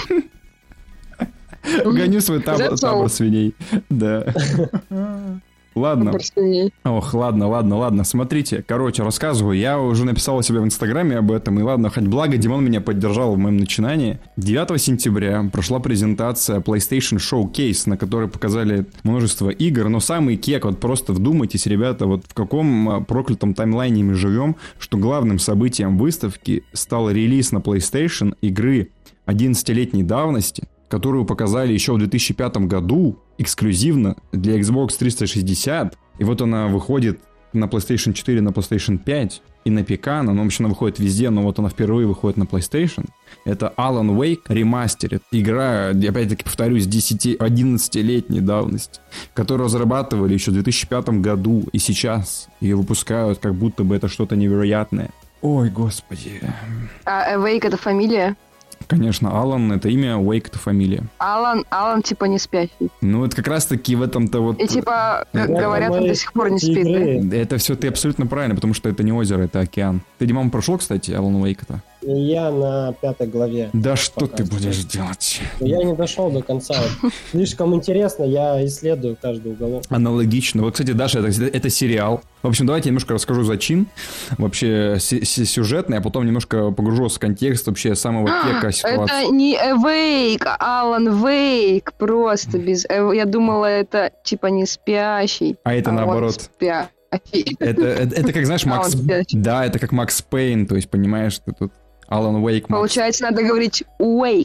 Гоню свой табор свиней. Да. Ладно. Ох, ладно. Смотрите, короче, рассказываю. Я уже написал у себя в Инстаграме об этом. И ладно, хоть благо Димон меня поддержал в моем начинании. 9 сентября прошла презентация PlayStation Showcase, на которой показали множество игр. Но самый кек, вот просто вдумайтесь, ребята, вот в каком проклятом таймлайне мы живем, что главным событием выставки стал релиз на PlayStation игры 11-летней давности, которую показали еще в 2005 году, эксклюзивно для Xbox 360. И вот она выходит на PlayStation 4, на PlayStation 5 и на ПК. Она, в общем, она выходит везде, но вот она впервые выходит на PlayStation. Это Alan Wake Remastered. Игра, опять-таки повторюсь, 10-11-летней давности, которую разрабатывали еще в 2005 году. И сейчас ее выпускают, как будто бы это что-то невероятное. Ой, господи. А Wake — это фамилия? Конечно, Алан — это имя, Уэйк — это фамилия. Алан типа не спящий. Ну, это как раз-таки в этом-то вот... И типа, говорят, он до сих пор не спит, да? Это все ты абсолютно правильно, потому что это не озеро, это океан. Ты, Димон, прошел, кстати, Алан Уэйка-то? Я на 5 главе. Да что ты будешь делать? Я не дошел до конца. Слишком интересно, я исследую каждый уголок. Аналогично. Вот, кстати, Даша, это сериал. В общем, давайте я немножко расскажу зачин. Вообще сюжетный, а потом немножко погружу вас в контекст вообще самого кека ситуации. Это не Wake, а Alan Wake. Просто без... Я думала, это типа не спящий. А это наоборот. Это как, знаешь, Макс... Да, это как Макс Пейн, то есть, понимаешь, ты тут... Alan Wake. Получается, надо говорить Wake.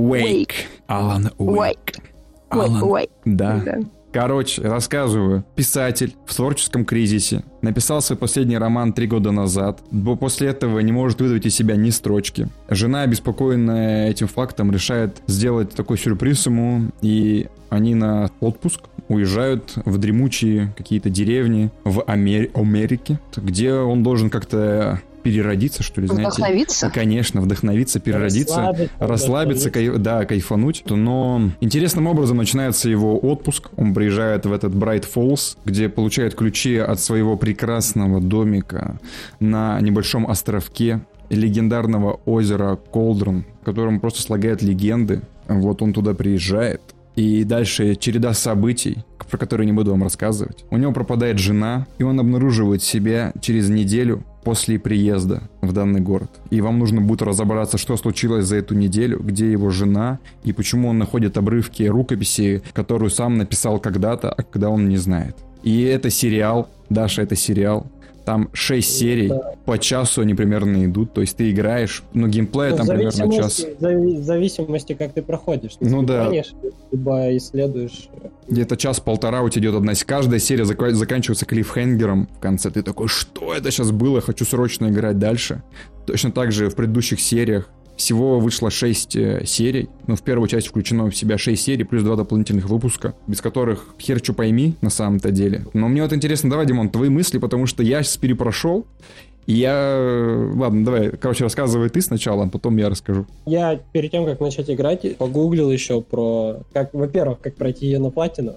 Alan Wake. Wake. Да. Короче, рассказываю. Писатель в творческом кризисе. Написал свой последний роман 3 года назад. После этого не может выдавить из себя ни строчки. Жена, обеспокоенная этим фактом, решает сделать такой сюрприз ему. И они на отпуск уезжают в дремучие какие-то деревни в Америке, где он должен как-то... переродиться, что ли, знаете? Вдохновиться? Конечно, вдохновиться, переродиться, расслабиться, кайфануть. Но интересным образом начинается его отпуск. Он приезжает в этот Брайт Фоллс, где получает ключи от своего прекрасного домика на небольшом островке легендарного озера Колдрон, в котором просто слагают легенды. Вот он туда приезжает. И дальше череда событий, про которые не буду вам рассказывать. У него пропадает жена, и он обнаруживает себя через неделю после приезда в данный город. И вам нужно будет разобраться, что случилось за эту неделю, где его жена, и почему он находит обрывки рукописи, которую сам написал когда-то, а когда он не знает. И это сериал, Даша, это сериал. Там 6 серий, по часу они примерно идут, то есть ты играешь, геймплей там примерно час. В зависимости, как ты проходишь. Да. Либо исследуешь. Где-то 1.5 у тебя идет одна. Каждая серия заканчивается клиффхенгером в конце. Ты такой, что это сейчас было? Хочу срочно играть дальше. Точно так же в предыдущих сериях. Всего вышло 6 серий. В первую часть включено в себя 6 серий, плюс 2 дополнительных выпуска, без которых хер что пойми на самом-то деле. Но мне вот интересно, давай, Димон, твои мысли, потому что я сейчас перепрошел. И Ладно, давай, рассказывай ты сначала, а потом я расскажу. Я перед тем, как начать играть, погуглил еще про... Во-первых, как пройти ее на платину.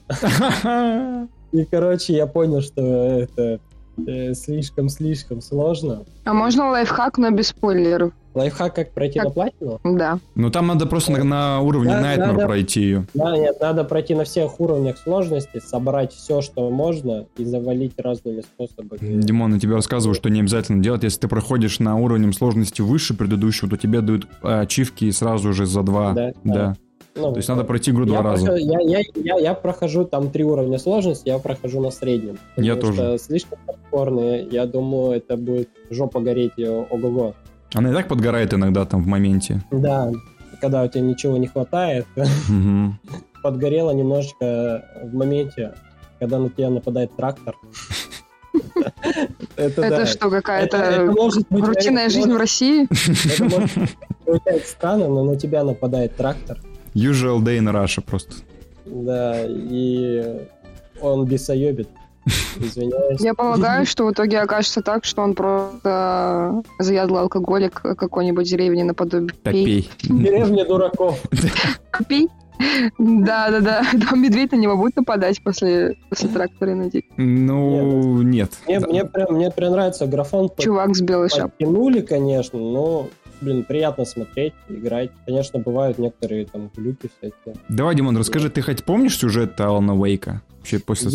И, я понял, что это слишком сложно. А можно лайфхак, но без спойлеров? Лайфхак, как пройти на платину? Да. Там надо просто на уровне Nightmare пройти ее. Да, нет, надо пройти на всех уровнях сложности, собрать все, что можно, и завалить разными способами. Димон, я тебе рассказываю, что не обязательно делать. Если ты проходишь на уровне сложности выше предыдущего, то тебе дают ачивки сразу же за 2. Да. То есть надо пройти игру 2 раза. Я прохожу там 3 уровня сложности, я прохожу на среднем. Я тоже. Что слишком хардкорные, я думаю, это будет жопа гореть, ого-го. Она и так подгорает иногда там в моменте. Да, когда у тебя ничего не хватает. Подгорело немножечко в моменте, когда на тебя нападает трактор. Это что, какая-то рутинная жизнь в России? Это может быть странно, но на тебя нападает трактор. Usual day in Russia просто. Да, и он бесоебит. Извиняюсь. Я полагаю, что в итоге окажется так, что он просто заядлый алкоголик какой-нибудь деревни наподобие. Топей. Деревня дураков. Топей? Да. Там медведь на него будет нападать после трактора Инди. Ну, нет. Мне прям нравится графон. Чувак с белой шапкой. Подтянули, конечно, но, приятно смотреть, играть. Конечно, бывают некоторые там глюки всякие. Давай, Димон, расскажи, ты хоть помнишь сюжет Алана Уэйка? Вообще после...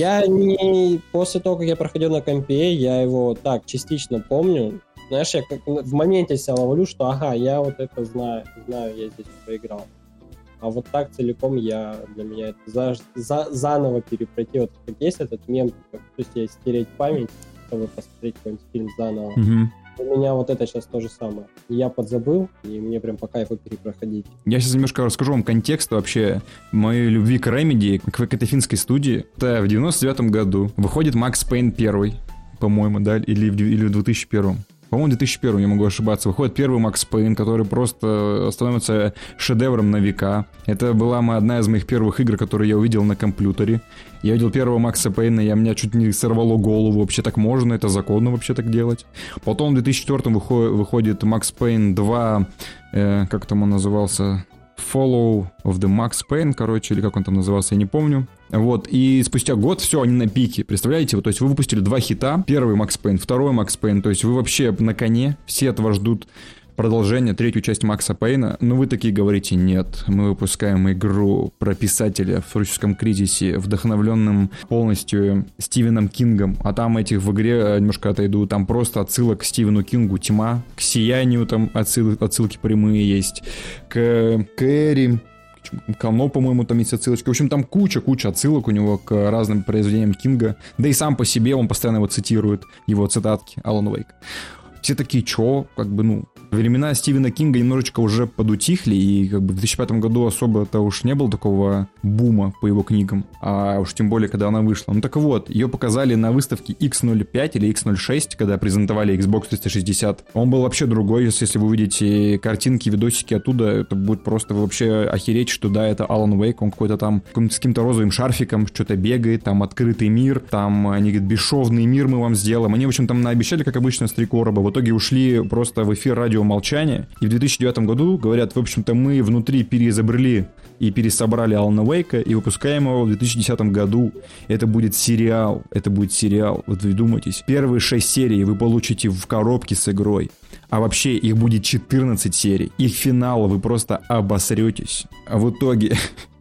После того, как я проходил на компе, я его так частично помню. Знаешь, я как в моменте себя ловлю, что я вот это знаю, я здесь поиграл. А вот так целиком для меня это заново перепройти. Вот как есть этот мем, то есть стереть память, чтобы посмотреть какой-нибудь фильм заново. У меня вот это сейчас то же самое. Я подзабыл, и мне прям по кайфу перепроходить. Я сейчас немножко расскажу вам контекст вообще моей любви к Remedy, к этой финской студии. Это в 99-м году выходит Max Payne 1, по-моему, да, или в 2001-м. По-моему, в 2001, я могу ошибаться, выходит первый Макс Пейн, который просто становится шедевром на века. Это была одна из моих первых игр, которые я увидел на компьютере. Я видел первого Макса Пейна, и меня чуть не сорвало голову. Вообще так можно, это законно вообще так делать. Потом в 2004 выходит Макс Пейн 2, как там он назывался... Follow of the Max Payne, короче, или как он там назывался, я не помню. Вот, и спустя год все, они на пике, представляете? Вот, то есть вы выпустили 2 хита, первый Max Payne, второй Max Payne, то есть вы вообще на коне, все от вас ждут продолжение, 3-ю часть Макса Пейна, но вы такие говорите: нет, мы выпускаем игру про писателя в творческом кризисе, вдохновленным полностью Стивеном Кингом, а там в игре, немножко отойду, там просто отсылок к Стивену Кингу тьма, к Сиянию там отсылки прямые есть, к Кэрри, к Оно, по-моему, там есть отсылочка. В общем, там куча отсылок у него к разным произведениям Кинга, да и сам по себе он постоянно его цитирует, его цитатки, Алан Уэйк. Все такие, времена Стивена Кинга немножечко уже подутихли, и в 2005 году особо-то уж не было такого бума по его книгам, а уж тем более, когда она вышла. Ну так вот, ее показали на выставке X05 или X06, когда презентовали Xbox 360. Он был вообще другой, если вы увидите картинки, видосики оттуда, это будет просто вообще охереть, что да, это Алан Уэйк, он какой-то там с каким-то розовым шарфиком что-то бегает, там открытый мир, там они говорят, бесшовный мир мы вам сделаем. Они, в общем, там наобещали, как обычно, с 3 короба. В итоге ушли просто в эфир радио «Молчание». И в 2009 году говорят, в общем-то, мы внутри переизобрели и пересобрали Алана Уэйка и выпускаем его в 2010 году. Это будет сериал. Вот вы думаетесь, первые 6 серий вы получите в коробке с игрой. А вообще их будет 14 серий. Их финал вы просто обосретесь. А в итоге...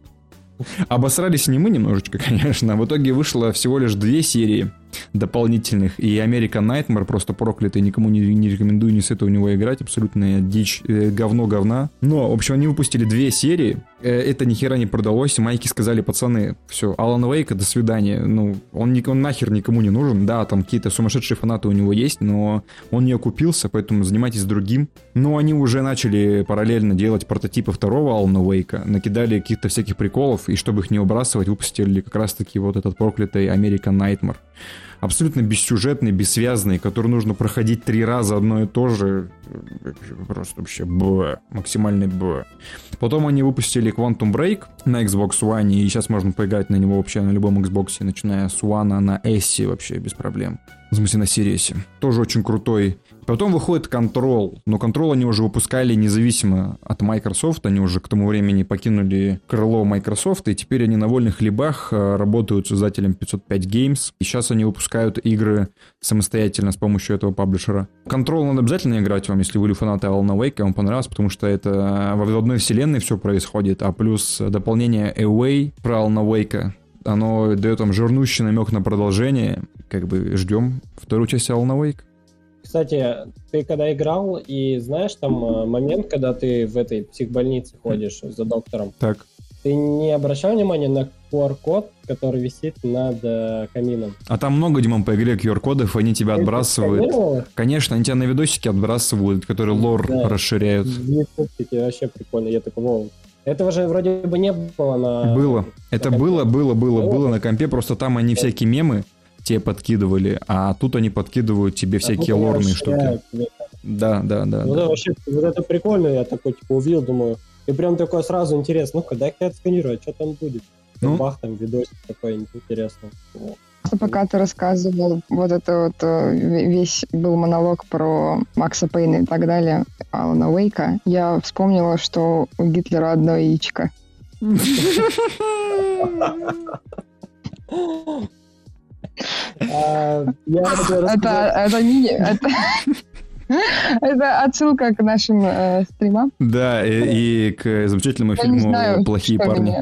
Обосрались не мы немножечко, конечно. В итоге вышло всего лишь 2 серии дополнительных. И American Nightmare просто проклятый. Никому не рекомендую ни с этого у него играть. Абсолютная дичь, говна. Но, в общем, они выпустили 2 серии. Это ни хера не продалось. Майки сказали: пацаны, все, Алан Уэйка, до свидания. Он нахер никому не нужен. Да, там какие-то сумасшедшие фанаты у него есть, но он не окупился, поэтому занимайтесь другим. Но они уже начали параллельно делать прототипы второго Алана Уэйка. Накидали каких-то всяких приколов, и чтобы их не выбрасывать, выпустили как раз-таки вот этот проклятый American Nightmare. Абсолютно бессюжетный, бессвязный, который нужно проходить 3 раза одно и то же. Просто вообще максимальный б. Потом они выпустили Quantum Break на Xbox One, и сейчас можно поиграть на него вообще на любом Xbox, начиная с One, на S вообще без проблем. В смысле, на Series. Тоже очень крутой. Потом выходит Control, но Control они уже выпускали независимо от Microsoft, они уже к тому времени покинули крыло Microsoft, и теперь они на вольных хлебах работают с издателем 505 Games, и сейчас они выпускают игры самостоятельно с помощью этого паблишера. Control надо обязательно играть вам, если вы фанаты Алана Уэйка, вам понравилось, потому что это в одной вселенной все происходит, а плюс дополнение Away про Алана Уэйка, оно дает вам жирнущий намек на продолжение, ждем вторую часть Алана Уэйка. Кстати, ты когда играл, и знаешь, там момент, когда ты в этой психбольнице ходишь за доктором, так. Ты не обращал внимания на QR-код, который висит над камином? А там много, Димон, по игре QR-кодов, они тебя отбрасывают. Конечно, они тебя на видосики отбрасывают, которые лор расширяют. Это вообще прикольно, я такой, этого же вроде бы не было на... Было. Это было на компе, просто там они всякие мемы тебе подкидывали, а тут они подкидывают тебе всякие лорные штуки. Да. Вообще, вот это прикольно, я такой, увидел, думаю, и прям такое сразу интересно, ну-ка, дай-ка я отсканирую, что там будет? Бах, там видосик такой интересный. Пока ты рассказывал, вот это весь был монолог про Макса Пейна и так далее, Алана Уэйка, я вспомнила, что у Гитлера одно яичко. Это мини... Это отсылка к нашим стримам. Да, и к замечательному фильму «Плохие парни».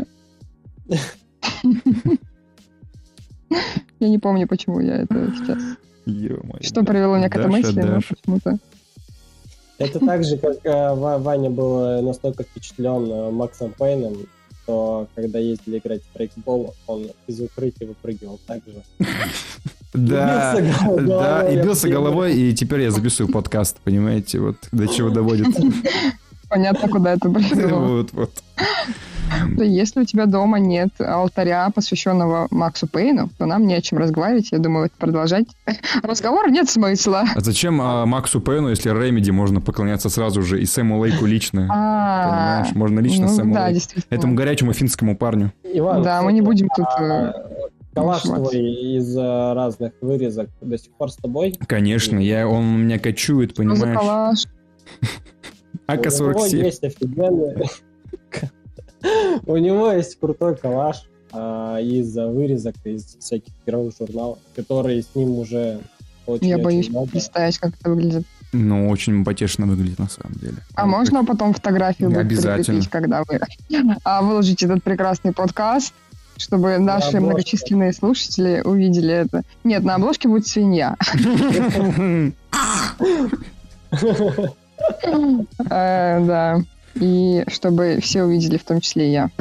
Я не помню, почему я это сейчас... Ё-моё. Что привело меня к этой мысли, но Даша. почему-то... Это так же, как Ваня был настолько впечатлен Максом Пейном, что когда ездили играть в брейкбол, он из укрытия выпрыгивал так же. Да, Бился головой, да, и я бился понимаю. головой, и теперь я записываю подкаст, понимаете, вот до чего доводит. Понятно, куда это привело. Вот. Да, если у тебя дома нет алтаря, посвященного Максу Пейну, то нам не о чем разговаривать. Я думаю, продолжать разговор нет смысла. А зачем Максу Пейну, если Ремеди можно поклоняться сразу же и Сэму Лейку лично? Понимаешь, можно лично Сэму да, Лейку. действительно. Этому горячему финскому парню. Иван, Да, мы не будем тут... калаш нажиматься. твой из разных вырезок до сих пор с тобой? Конечно, он меня кочует, Что за понимаешь? калаш? У него АК-47. есть офигенный... У него есть крутой калаш из вырезок из всяких игровых журналов, которые с ним уже очень Я боюсь много. представить, как это выглядит. Ну, очень потешно выглядит на самом деле. А можно потом фотографию будет Обязательно. прикрепить, когда вы выложите этот прекрасный подкаст, чтобы наши обложке. многочисленные слушатели увидели это? Нет, на обложке будет свинья. Да. И чтобы все увидели, в том числе и я.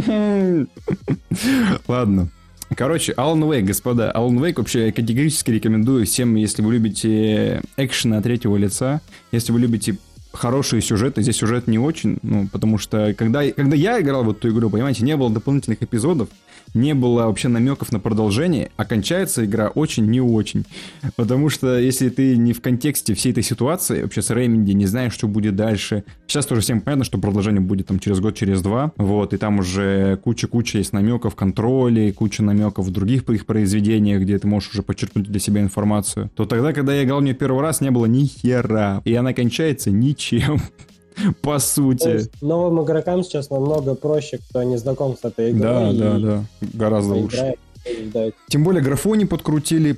Ладно. Короче, Alan Wake, господа. Alan Wake вообще категорически рекомендую всем, если вы любите экшены от третьего лица, если вы любите хорошие сюжеты. Здесь сюжет не очень, потому что когда я играл в эту игру, понимаете, не было дополнительных эпизодов, не было вообще намеков на продолжение, а кончается игра очень не очень. Потому что если ты не в контексте всей этой ситуации, вообще с Ремеди, не знаешь, что будет дальше. Сейчас тоже всем понятно, что продолжение будет там через год, через два. Вот, и там уже куча есть намеков контролей, куча намеков в других их произведениях, где ты можешь уже подчеркнуть для себя информацию. То тогда, когда я играл в нее первый раз, не было ни хера. И она кончается ничем. По То сути. есть новым игрокам сейчас намного проще, кто не знаком с этой игрой. Да. Гораздо лучше. Поиграет, да. Тем более графони подкрутили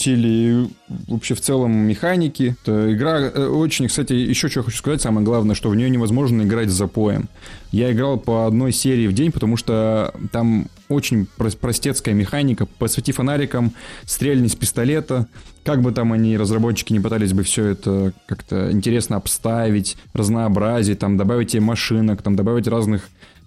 вообще в целом механики. Игра очень, кстати, еще что я хочу сказать, самое главное, что в нее невозможно играть с запоем. Я играл по одной серии в день, потому что там очень простецкая механика. Посвети фонариком, стрельни с пистолета. Как бы там они, разработчики, не пытались бы все это как-то интересно обставить, разнообразить, там добавить тебе машинок, там добавить разных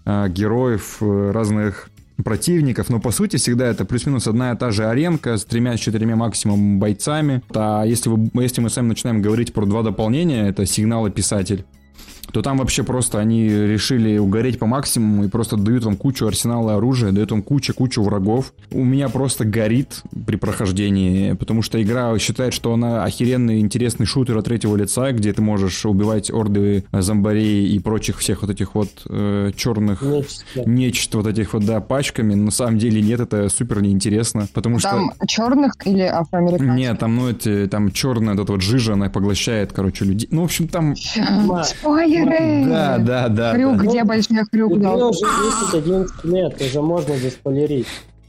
героев, разных противников, но по сути всегда это плюс-минус одна и та же аренка с 3-4 максимум бойцами. А если мы сами начинаем говорить про два дополнения, это сигнал и писатель, то там вообще просто они решили угореть по максимуму и просто дают вам кучу арсенала оружия, дают вам кучу врагов. У меня просто горит при прохождении, потому что игра считает, что она охеренный интересный шутер от третьего лица, где ты можешь убивать орды зомбарей и прочих всех вот этих вот черных нечто вот этих вот, да, пачками. Но на самом деле нет, это супер неинтересно, потому Там что... черных или афроамериканцев? Нет, там черная вот эта вот жижа, она поглощает, короче, людей. Ну, в общем, там... Спойлеры! Да. Хрюк, где большой хрюк? Тебе дал? уже 10-11 лет, уже можно заспойлерить.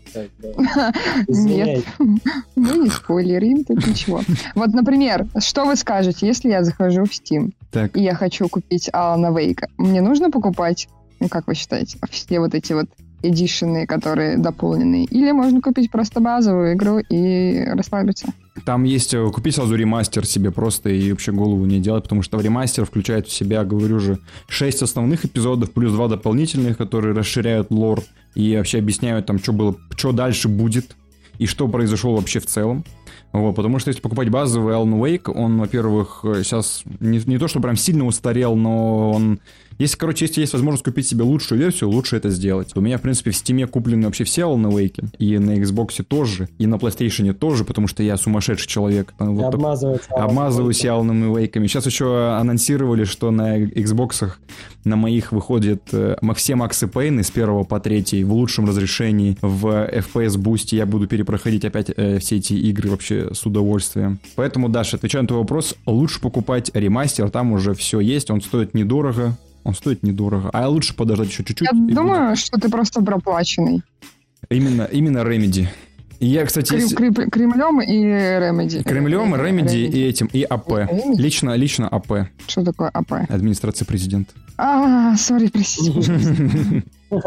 Нет, мы не спойлерим, тут ничего. Вот, например, что вы скажете, если я захожу в Steam, Так. и я хочу купить Алана Вейка, мне нужно покупать, как вы считаете, все вот эти вот эдишены, которые дополнены, или можно купить просто базовую игру и расслабиться? Там есть купить сразу ремастер себе просто и вообще голову не делать, потому что ремастер включает в себя, говорю же, 6 основных эпизодов плюс 2 дополнительных, которые расширяют лор и вообще объясняют там, что дальше будет и что произошло вообще в целом. Вот, потому что если покупать базовый Alan Wake, он, во-первых, сейчас не то, что прям сильно устарел, но он... Если есть возможность купить себе лучшую версию, лучше это сделать. У меня, в принципе, в Steam куплены вообще все Alan Wake, и на Xbox тоже, и на PlayStation тоже, потому что я сумасшедший человек. Вот обмазываюсь Alan Wake'ами. Сейчас еще анонсировали, что на Xbox'ах на моих выходят все Максы Пейны с 1 по 3 в лучшем разрешении, в FPS бусте. Я буду перепроходить опять все эти игры вообще с удовольствием. Поэтому, Даша, отвечая на твой вопрос, лучше покупать ремастер, там уже все есть, он стоит недорого. Он стоит недорого. А лучше подождать еще чуть-чуть. Я думаю, что ты просто проплаченный. Именно Remedy. И я, кстати... Кремлем и Remedy. Кремлем, Remedy и этим, и АП. Лично АП. Что такое АП? Администрация президента. Сори, простите.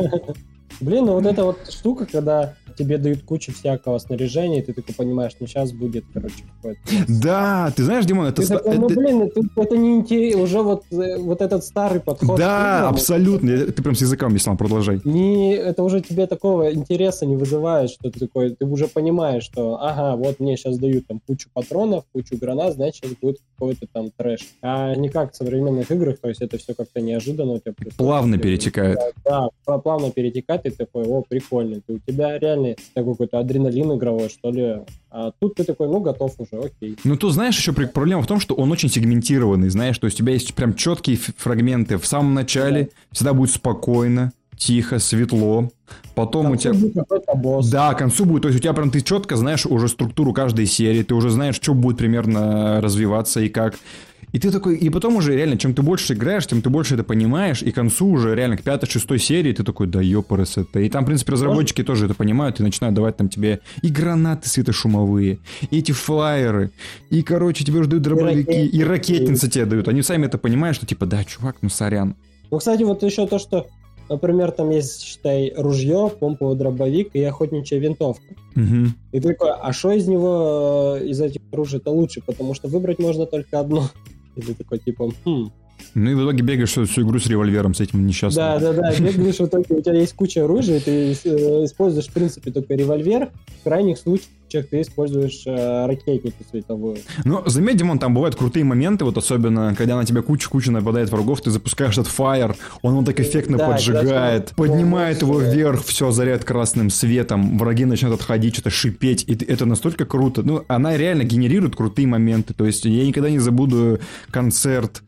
Блин, ну вот эта вот штука, когда тебе дают кучу всякого снаряжения, и ты такой понимаешь, ну сейчас будет, короче, какой-то... Да, ты знаешь, Димон, это... Ты такой, ну блин, это не интересно, уже вот этот старый подход. Да, абсолютно. Ты прям с языком объяснял, продолжай. Это уже тебе такого интереса не вызывает, что ты такой, ты уже понимаешь, что, ага, вот мне сейчас дают там кучу патронов, кучу гранат, значит, сейчас будет какой-то там трэш. А не как в современных играх, то есть это все как-то неожиданно у тебя происходит. Плавно перетекает. Да, плавно перетекает, и ты такой, о, прикольно. У тебя реально такой какой-то адреналин игровой, что ли. А тут ты такой, ну, готов уже, окей. Ну, тут, знаешь, еще проблема в том, что он очень сегментированный, знаешь, то есть у тебя есть прям четкие фрагменты. В самом начале всегда будет спокойно, тихо, светло. Потом у тебя... Да, к концу будет. То есть у тебя прям ты четко знаешь уже структуру каждой серии, ты уже знаешь, что будет примерно развиваться и как. И ты такой, и потом уже реально, чем ты больше играешь, тем ты больше это понимаешь, и к концу уже реально к 5-6 серии ты такой, да ёпарас это. И там, в принципе, разработчики тоже это понимают и начинают давать там тебе и гранаты светошумовые, и эти флайеры, и, короче, тебе уже дают дробовики, и ракетницы тебе дают. Они сами это понимают, что типа, да, чувак, ну сорян. Ну, кстати, вот еще то, что, например, там есть, считай, ружье, помповый дробовик и охотничья винтовка. Угу. И ты такой, а что из него, из этих оружий-то лучше? Потому что выбрать можно только одно. И ты такой, типа, Ну и в итоге бегаешь всю игру с револьвером, с этим несчастным. Да, бегаешь в итоге, у тебя есть куча оружия, ты используешь, в принципе, только револьвер. В крайних случаях ты используешь ракетницу световую. Ну, заметь, Димон, там бывают крутые моменты, вот особенно, когда на тебя куча нападает врагов, ты запускаешь этот фаер, он вот так эффектно поджигает, поднимает его вверх, все озаряет красным светом, враги начинают отходить, что-то шипеть, и это настолько круто. Ну, она реально генерирует крутые моменты, то есть я никогда не забуду концерт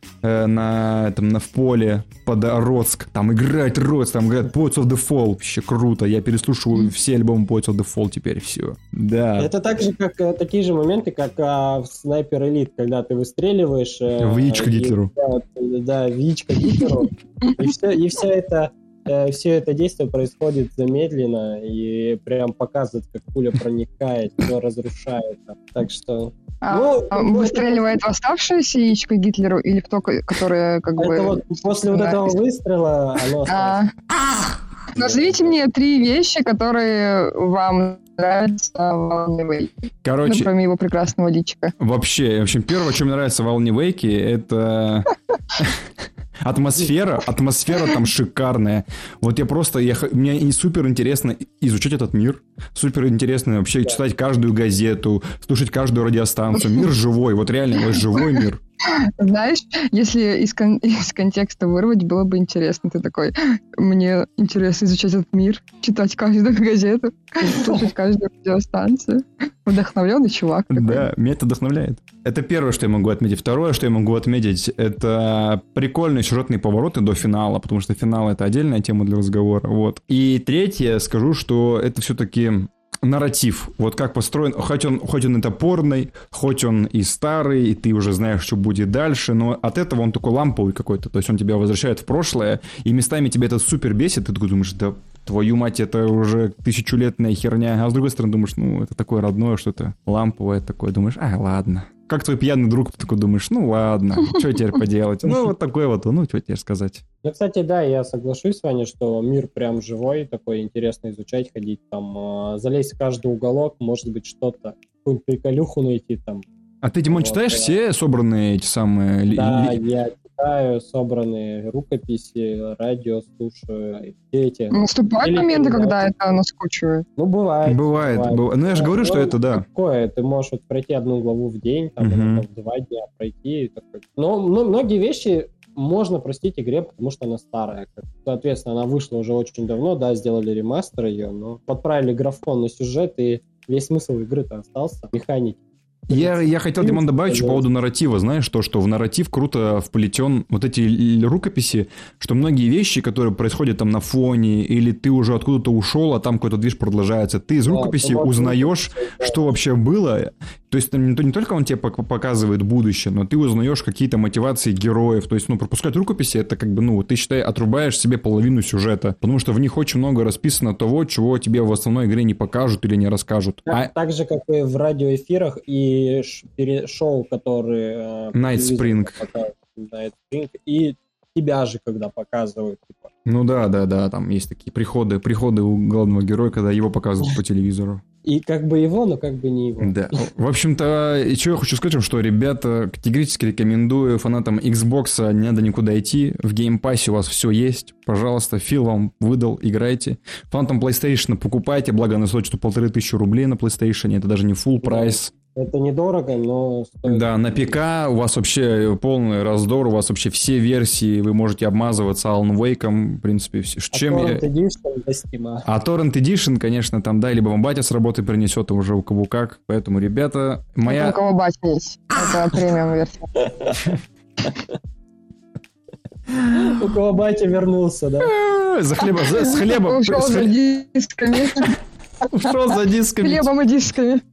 в поле под Роцк, там играет Роцк, там играет Poets of the Fall, вообще круто, я переслушиваю все альбомы Poets of the Fall теперь, все, да. Это так же, как такие же моменты, как в Снайпер Элит, когда ты выстреливаешь... В яичко Гитлеру. Да, в яичко Гитлеру. И все это действие происходит замедленно и прям показывает, как пуля проникает, все разрушает. Так что... Выстреливает в оставшееся яичко Гитлеру или в то, которое как бы... Это вот после вот этого выстрела оно осталось. Назовите мне 3 вещи, которые вам нравятся в Alan Wake. Короче, кроме его прекрасного личика. Вообще, в общем, первое, что мне нравится в Alan Wake, это... Атмосфера там шикарная. Вот мне супер интересно изучать этот мир. Супер интересно вообще читать каждую газету, слушать каждую радиостанцию. Мир живой, вот реально, вот живой мир. Знаешь, если из контекста вырвать, было бы интересно. Ты такой, мне интересно изучать этот мир, читать каждую газету, слушать каждую радиостанцию. Вдохновленный чувак такой. Да, меня это вдохновляет. Это первое, что я могу отметить. Второе, что я могу отметить, это прикольные сюжетные повороты до финала, потому что финал — это отдельная тема для разговора. Вот. И третье, скажу, что это все-таки нарратив. Вот как построен, хоть он и топорный, хоть он и старый, и ты уже знаешь, что будет дальше, но от этого он такой ламповый какой-то, то есть он тебя возвращает в прошлое, и местами тебя это супер бесит, ты такой думаешь, да твою мать, это уже тысячелетная херня, а с другой стороны думаешь, ну, это такое родное, что-то ламповое такое, думаешь, ладно. Как твой пьяный друг, ты такой думаешь, ну ладно, что теперь поделать? Ну, вот такой вот, ну, что теперь сказать? Ну, кстати, да, я соглашусь с вами, что мир прям живой, такой интересно изучать, ходить там, залезть в каждый уголок, может быть, что-то, какую-нибудь приколюху найти там. А ты, Димон, читаешь все собранные эти самые... Да, я читаю собранные рукописи, радио слушаю, все эти... Наступают моменты, когда это наскучивает? Ну, бывает. Бывает. Ну, я же говорю, что это, да. Такое, ты можешь вот пройти 1 главу в день, там, иногда в 2 дня пройти. Но многие вещи можно простить игре, потому что она старая. Соответственно, она вышла уже очень давно, да, сделали ремастер ее, но подправили графон на сюжет, и весь смысл игры-то остался, механики. Я хотел, Димон, добавить по поводу нарратива. Знаешь, что в нарратив круто вплетен вот эти рукописи, что многие вещи, которые происходят там на фоне, или ты уже откуда-то ушел, а там какой-то движ продолжается, ты из рукописи узнаешь, что вообще было, То есть не только он тебе показывает будущее, но ты узнаешь какие-то мотивации героев. То есть, пропускать рукописи, это как бы, ты, считай, отрубаешь себе половину сюжета. Потому что в них очень много расписано того, чего тебе в основной игре не покажут или не расскажут. Так же, как и в радиоэфирах и шоу, которые... Night Spring. Night Spring. И тебя же, когда показывают. Типа. Ну да, там есть такие приходы у главного героя, когда его показывают по телевизору. И как бы его, но как бы не его. Да. В общем-то, и что я хочу сказать, что, ребята, категорически рекомендую фанатам Xbox, не надо никуда идти, в Game Pass у вас все есть, пожалуйста, Фил вам выдал, играйте. Фанатам PlayStation покупайте, благо она стоит 1500 рублей на PlayStation, это даже не full прайс. Это недорого, но стоит. Да, на ПК у вас вообще полный раздор, у вас вообще все версии, вы можете обмазываться Alan Wake'ом, в принципе, все. Torrent Edition до Steam. А Torrent Edition, конечно, там, да, либо вам батя с работы принесет, а уже у кого как, поэтому, ребята, моя... У кого батя есть, это премиум версия. У кого батя вернулся, да? С хлебом. Ушел за дисками. Ушел за дисками. Хлебом и дисками.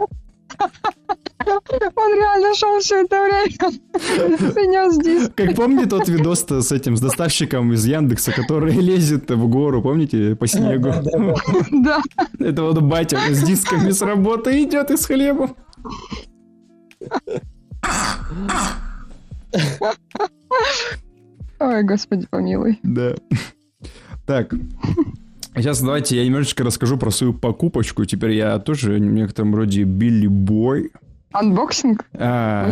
Он реально шел все это время. Принес диск. Как помните тот видос-то с доставщиком из Яндекса, который лезет в гору, помните, по снегу? Да. Это вот батя с дисками с работы идет и с хлебом. Ой, господи, помилуй. Да. Так. Сейчас давайте я немножечко расскажу про свою покупочку. Теперь я тоже в некотором роде Билли Бой. Анбоксинг? В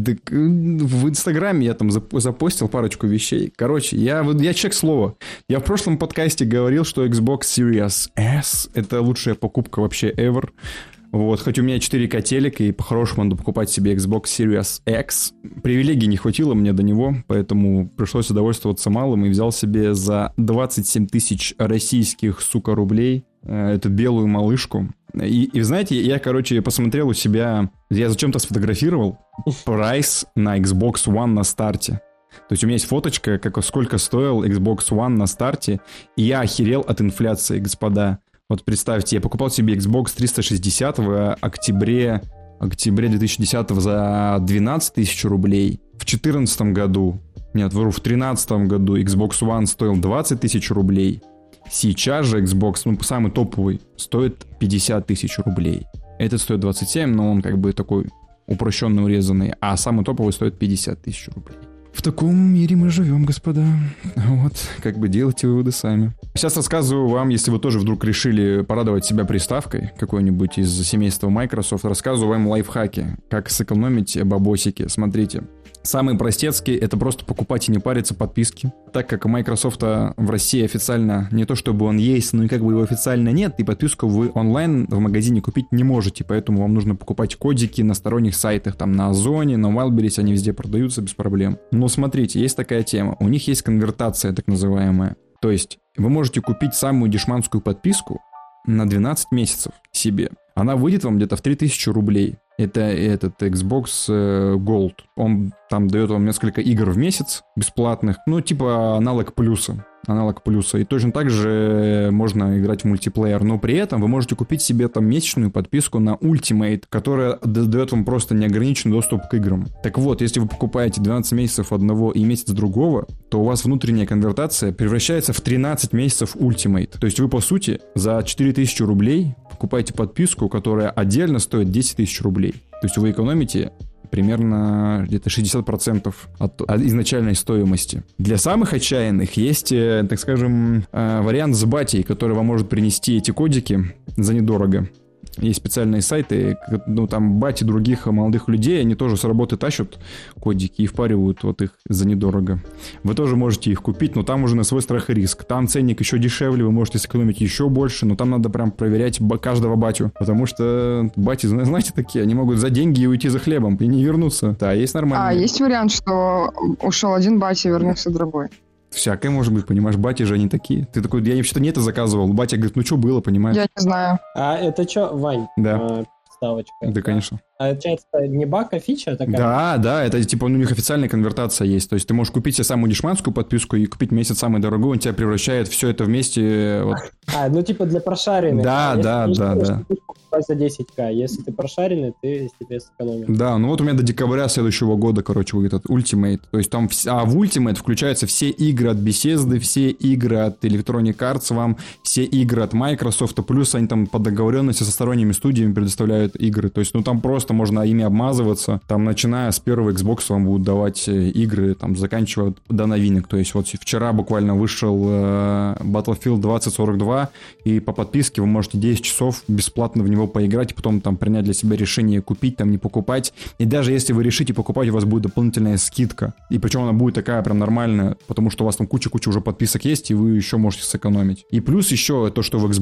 Инстаграме я там запостил парочку вещей. Короче, я человек слова. Я в прошлом подкасте говорил, что Xbox Series S это лучшая покупка вообще ever. Вот, хоть у меня 4К телек, и по-хорошему надо покупать себе Xbox Series X. Привилегий не хватило мне до него, поэтому пришлось удовольствоваться малым и взял себе за 27 тысяч российских, рублей эту белую малышку. И знаете, я, посмотрел у себя, я зачем-то сфотографировал прайс на Xbox One на старте. То есть у меня есть фоточка, сколько стоил Xbox One на старте, и я охерел от инфляции, господа. Вот представьте, я покупал себе Xbox 360 в октябре 2010 за 12 тысяч рублей. В 2014 году, в 2013 году Xbox One стоил 20 тысяч рублей. Сейчас же Xbox, самый топовый, стоит 50 тысяч рублей. Этот стоит 27, но он такой упрощенно урезанный, а самый топовый стоит 50 тысяч рублей. В таком мире мы живем, господа. Вот, делайте выводы сами. Сейчас рассказываю вам, если вы тоже вдруг решили порадовать себя приставкой какой-нибудь из семейства Microsoft, рассказываю вам лайфхаки, как сэкономить бабосики. Смотрите. Самый простецкий — это просто покупать и не париться подписки. Так как у Microsoft в России официально не то чтобы он есть, но и его официально нет, и подписку вы онлайн в магазине купить не можете, поэтому вам нужно покупать кодики на сторонних сайтах, там на Озоне, на Wildberries, они везде продаются без проблем. Но смотрите, есть такая тема, у них есть конвертация так называемая. То есть вы можете купить самую дешманскую подписку на 12 месяцев себе. Она выйдет вам где-то в 3000 рублей. Это этот Xbox Gold. Он там дает вам несколько игр в месяц бесплатных. Аналог плюса. И точно так же можно играть в мультиплеер. Но при этом вы можете купить себе там месячную подписку на Ultimate, которая дает вам просто неограниченный доступ к играм. Так вот, если вы покупаете 12 месяцев одного и месяц другого, то у вас внутренняя конвертация превращается в 13 месяцев Ultimate. То есть вы, по сути, за 4000 рублей покупаете подписку, которая отдельно стоит 10 тысяч рублей. То есть вы экономите примерно где-то 60% от изначальной стоимости. Для самых отчаянных есть, так скажем, вариант с батей, который вам может принести эти кодики за недорого. Есть специальные сайты, там бати других молодых людей, они тоже с работы тащат кодики и впаривают их за недорого. Вы тоже можете их купить, но там уже на свой страх и риск. Там ценник еще дешевле, вы можете сэкономить еще больше, но там надо прям проверять каждого батю, потому что бати, знаете, такие, они могут за деньги уйти за хлебом и не вернуться. Да, есть нормально. А есть вариант, что ушел один батя и вернулся другой? Всякое может быть, понимаешь, бати же они такие. Ты такой, я вообще-то не это заказывал. Батя говорит, что было, понимаешь? Я не знаю. А это что, Вань? Да. Ставочка. Да, конечно. А это не баг, а фича такая? Да, это типа у них официальная конвертация есть. То есть ты можешь купить себе самую дешманскую подписку и купить месяц самый дорогой, он тебя превращает все это вместе. Вот. Ну типа для прошаренных. Да. За 10к. Если ты прошаренный, ты себе сэкономишь. Да, ну вот у меня до декабря следующего года, короче, будет этот Ultimate. То есть там, в Ultimate включаются все игры от Bethesda, все игры от Electronic Arts вам, все игры от Microsoft, плюс они там по договоренности со сторонними студиями предоставляют игры. То есть, ну там просто можно ими обмазываться. Там, начиная с первого Xbox, вам будут давать игры, там, заканчивая до новинок. То есть, вот вчера буквально вышел Battlefield 2042, и по подписке вы можете 10 часов бесплатно в него поиграть, и потом там принять для себя решение купить, там не покупать. И даже если вы решите покупать, у вас будет дополнительная скидка. И причем она будет такая прям нормальная, потому что у вас там куча-куча уже подписок есть, и вы еще можете сэкономить. И плюс еще то, что в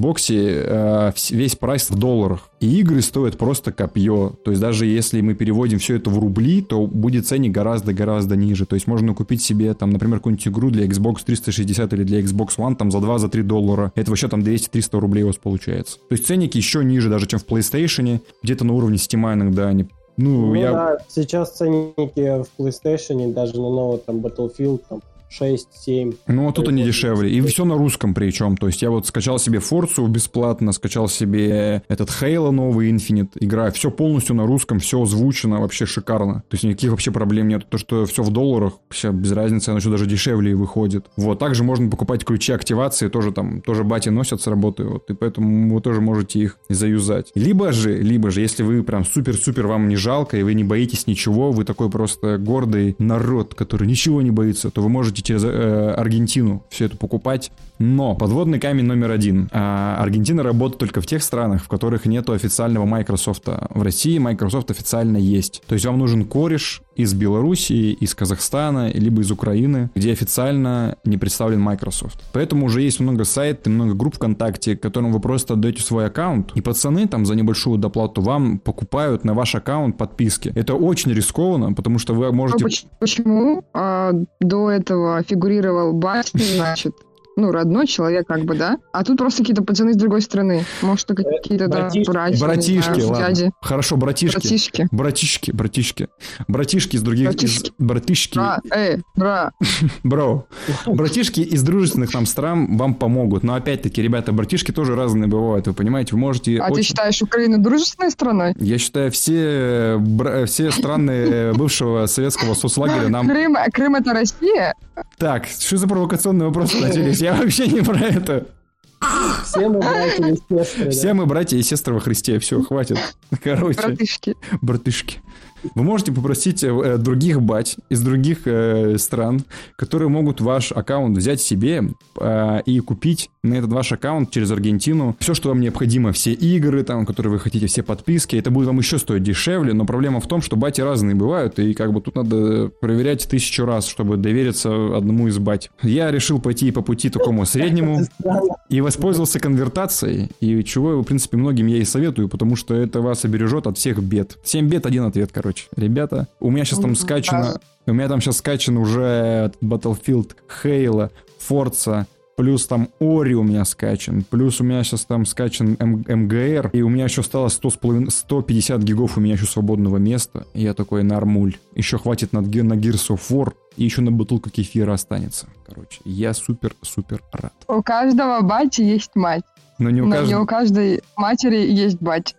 Xbox весь прайс в долларах. И игры стоят просто копье. То есть даже если мы переводим все это в рубли, то будет ценник гораздо-гораздо ниже. То есть можно купить себе там, например, какую-нибудь игру для Xbox 360 или для Xbox One там за 2-3 доллара. Это вообще там 200-300 рублей у вас получается. То есть ценники еще ниже даже, чем в PlayStation, где-то на уровне Steam иногда они... Да, сейчас ценники в PlayStation, даже на новый там Battlefield, там 6-7. Ну, а тут они дешевле. И все на русском причем. То есть я вот скачал себе Forza бесплатно, скачал себе этот Halo новый Infinite, играю. Все полностью на русском, все озвучено, вообще шикарно. То есть никаких вообще проблем нет. То, что все в долларах, вообще без разницы, оно еще даже дешевле выходит. Вот, также можно покупать ключи активации, тоже там, тоже бати носят с работы, вот, и поэтому вы тоже можете их заюзать. Либо же, если вы прям супер-супер вам не жалко, и вы не боитесь ничего, вы такой просто гордый народ, который ничего не боится, то вы можете через Аргентину все это покупать. Но подводный камень номер один. Аргентина работает только в тех странах, в которых нету официального Microsoft. В России Microsoft официально есть. То есть вам нужен кореш из Белоруссии, из Казахстана, либо из Украины, где официально не представлен Microsoft. Поэтому уже есть много сайтов и много групп ВКонтакте, которым вы просто отдаете свой аккаунт, и пацаны там за небольшую доплату вам покупают на ваш аккаунт подписки. Это очень рискованно, потому что вы можете... Почему до этого фигурировал батя, значит, родной человек, как бы, да? А тут просто какие-то пацаны с другой страны. Может, какие-то, братья. Братишки, ладно. Дяди. Хорошо, братишки. Братишки из других... Братишки. Бра. Бро. Братишки из дружественных нам стран вам помогут. Но опять-таки, ребята, братишки тоже разные бывают. Вы понимаете, вы можете... Ты считаешь Украину дружественной страной? Я считаю, все страны бывшего советского соцлагеря нам... Крым это Россия? Так, что за провокационные вопросы начались? Я вообще не про это. Все мы братья и сестры. Все мы братья и сестры во Христе. Все, хватит. Короче. Братышки. Вы можете попросить других бать из других стран, которые могут ваш аккаунт взять себе и купить на этот ваш аккаунт через Аргентину все, что вам необходимо, все игры, там, которые вы хотите, все подписки. Это будет вам еще стоить дешевле, но проблема в том, что бати разные бывают, и как бы тут надо проверять 1000 раз, чтобы довериться одному из бать. Я решил пойти по пути такому среднему и воспользовался конвертацией, и чего, в принципе, многим я и советую, потому что это вас обережет от всех бед. 7 бед, 1 ответ, короче. Ребята, у меня сейчас там скачано... У меня там сейчас скачан уже Battlefield, Halo, Forza, плюс там Ori у меня скачан, плюс у меня сейчас там скачан МГР, и у меня еще осталось 150 гигов у меня еще свободного места. И я такой, нормуль. Еще хватит на Gears of War, и еще на бутылку кефира останется. Короче, я супер-супер рад. У каждого бати есть мать. Но не у каждой матери есть бать.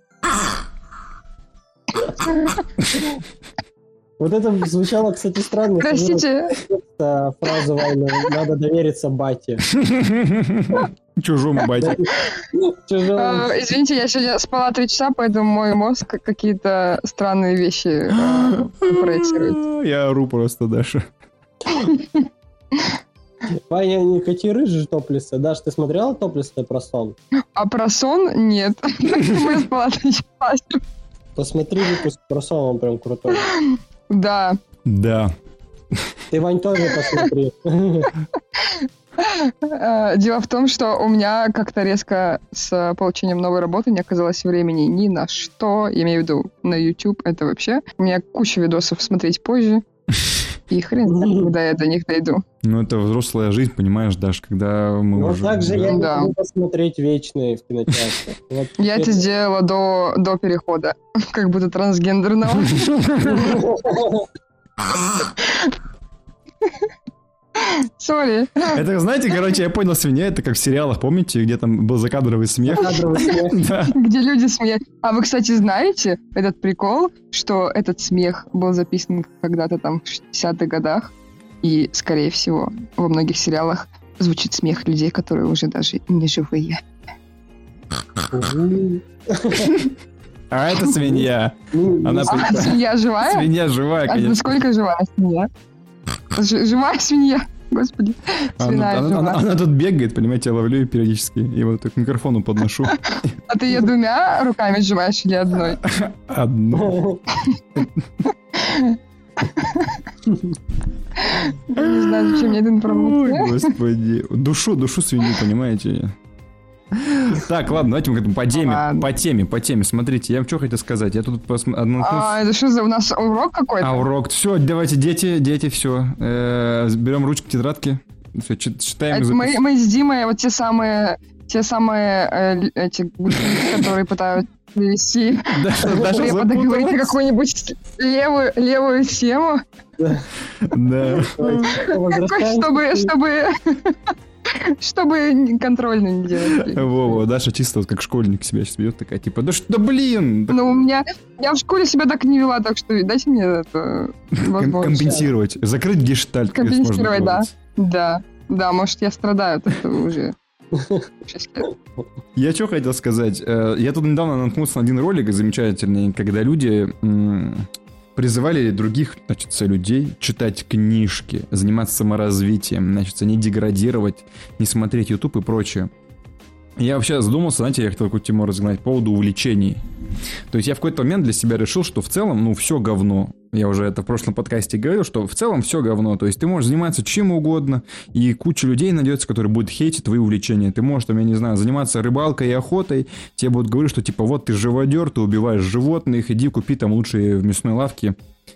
Вот это звучало, кстати, странно. Простите. Фраза Вайна «надо довериться бате». Чужому бате. Извините, я сегодня спала 3 часа, поэтому мой мозг какие-то странные вещи проецирует. Я ору просто, Даша. Ваня, не хоти рыжий топлиса. Даш, ты смотрела топлиса про сон? А про сон нет. Я спала 3 часа. Посмотри выпуск про сон, он прям крутой. Да. Ты, Вань, тоже посмотри. Дело в том, что у меня как-то резко с получением новой работы не оказалось времени ни на что. Я имею в виду на YouTube, это вообще. У меня куча видосов смотреть позже. И хрен, когда я до них дойду. Ну, это взрослая жизнь, понимаешь, Даш, когда мы Ну, уже... так же я не Да. могу посмотреть вечные в кинотеатре. Вот Я это теперь- сделала до перехода, как будто трансгендерного. Сори. Это, знаете, короче, я понял, свинья, это как в сериалах, помните, где там был закадровый смех? Кадровый смех. Да. Где люди смеются. А вы, кстати, знаете этот прикол, что этот смех был записан когда-то там в 60-х годах, и, скорее всего, во многих сериалах звучит смех людей, которые уже даже не живые. А это свинья. Она А свинья живая? Свинья живая, А конечно. насколько живая свинья? Живая свинья? Господи, свиная Она живая. тут бегает, понимаете, я ловлю ее периодически. И вот так к микрофону подношу. А ты ее двумя руками сжимаешь или одной? Одну. Не знаю, зачем мне эта Ой, информация. господи. Душу свинью, понимаете? Так, ладно, давайте мы к этому Ладно. по теме. Смотрите, я вам что хотел сказать. Я тут А, это что за у нас урок какой-то? урок. Все, давайте, дети, все. Берем ручки, тетрадки. Все, читаем. Это мы с Димой вот те самые эти гудки, которые пытаются привести Даша препода, говорите запуталась. какую-нибудь левую тему, Да. чтобы контрольно не делать. Во, Даша чисто вот как школьник себя сейчас ведет, такая типа, да что, блин, Ну, я в школе себя так не вела, так что дайте мне это возможность. компенсировать, закрыть гештальт. если можно Компенсировать, да. говорить. Да, может, я страдаю от этого уже 6 лет. Я что хотел сказать? Я тут недавно наткнулся на один ролик замечательный, когда люди призывали других, значит, людей читать книжки, заниматься саморазвитием, значит, не деградировать, не смотреть YouTube и прочее. Я вообще задумался, знаете, я хотел какую-то тему разгнать по поводу увлечений. То есть я в какой-то момент для себя решил, что в целом, ну, все говно. Я уже это в прошлом подкасте говорил, что в целом все говно. То есть ты можешь заниматься чем угодно, и куча людей найдется, которые будут хейтить твои увлечения. Ты можешь, там, я не знаю, заниматься рыбалкой и охотой. Тебе будут говорить, что типа вот ты живодер, ты убиваешь животных, иди купи там лучше в мясной лавке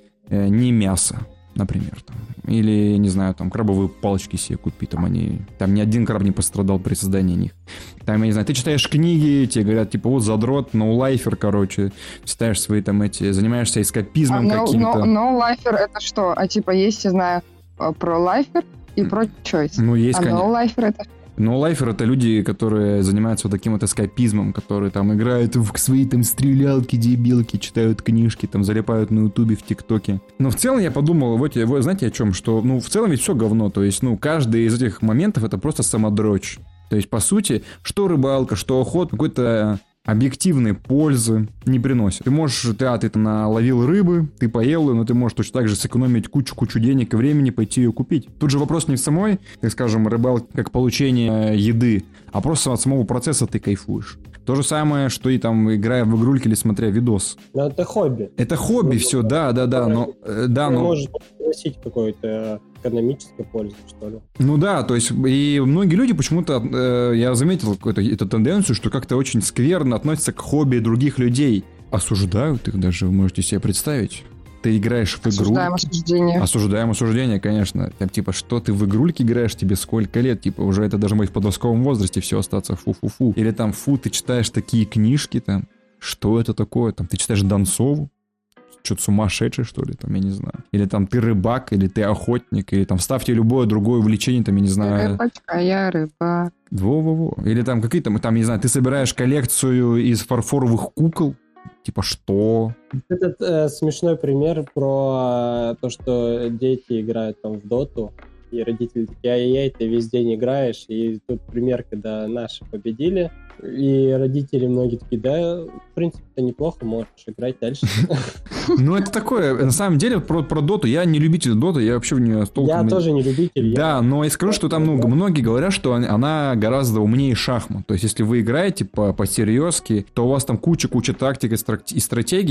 не мясо, например. Там. Или, не знаю, там крабовые палочки себе купи, там они... Там ни один краб не пострадал при создании них. Там, я не знаю, ты читаешь книги, тебе говорят, типа, вот задрот, ноулайфер, короче, читаешь свои там эти... Занимаешься эскапизмом каким-то. No-lifer это что? А типа есть, я знаю, про лайфер и про choice. Ну, есть, А конечно. no-lifer это... Ноулайфер — это люди, которые занимаются вот таким вот эскапизмом, которые там играют в свои там стрелялки, дебилки, читают книжки, там залипают на Ютубе, в ТикТоке. Но в целом я подумал, вот знаете о чем, что, ну, в целом ведь все говно, то есть, ну, каждый из этих моментов это просто самодрочь. То есть, по сути, что рыбалка, что охота, какой-то объективной пользы не приносит. Ты можешь, ты там наловил рыбы, ты поел ее, но ты можешь точно так же сэкономить кучу денег и времени, пойти ее купить. Тут же вопрос не в самой, так скажем, рыбалке, как получение еды, а просто от самого процесса ты кайфуешь. То же самое, что и там, играя в игрульки или смотря видос. Но это хобби. Это хобби все, да, но... Может приносить какую-то экономическую пользу, что ли. Ну да, то есть и многие люди почему-то, я заметил эту тенденцию, что как-то очень скверно относятся к хобби других людей. Осуждают их даже, вы можете себе представить. Ты играешь в игру. Осуждаем осуждение, конечно. Там, типа, что ты в игрульки играешь, тебе сколько лет? Типа, уже это должно быть в подростковом возрасте все остаться фу-фу-фу. Или там, фу, ты читаешь такие книжки там. Что это такое? Там, ты читаешь Донцову? Что-то сумасшедший, что ли, там, я не знаю. Или там ты рыбак, или ты охотник, или там ставьте любое другое увлечение, там, я не знаю. Рыбачка, я рыбак. Во-во-во. Или там какие-то, там, не знаю, ты собираешь коллекцию из фарфоровых кукол. Типа, что? Этот смешной пример про то, что дети играют там в доту, и родители такие, ай-яй-яй, ты весь день играешь. И тут пример, когда наши победили, и родители многие такие, да, в принципе, это неплохо, можешь играть дальше. Ну, это такое, на самом деле, про доту, я не любитель доты, я вообще в нее толком... Я тоже не любитель. Да, но я скажу, что там, многие говорят, что она гораздо умнее шахмат. То есть, если вы играете по-серьезки, то у вас там куча тактик и стратегий,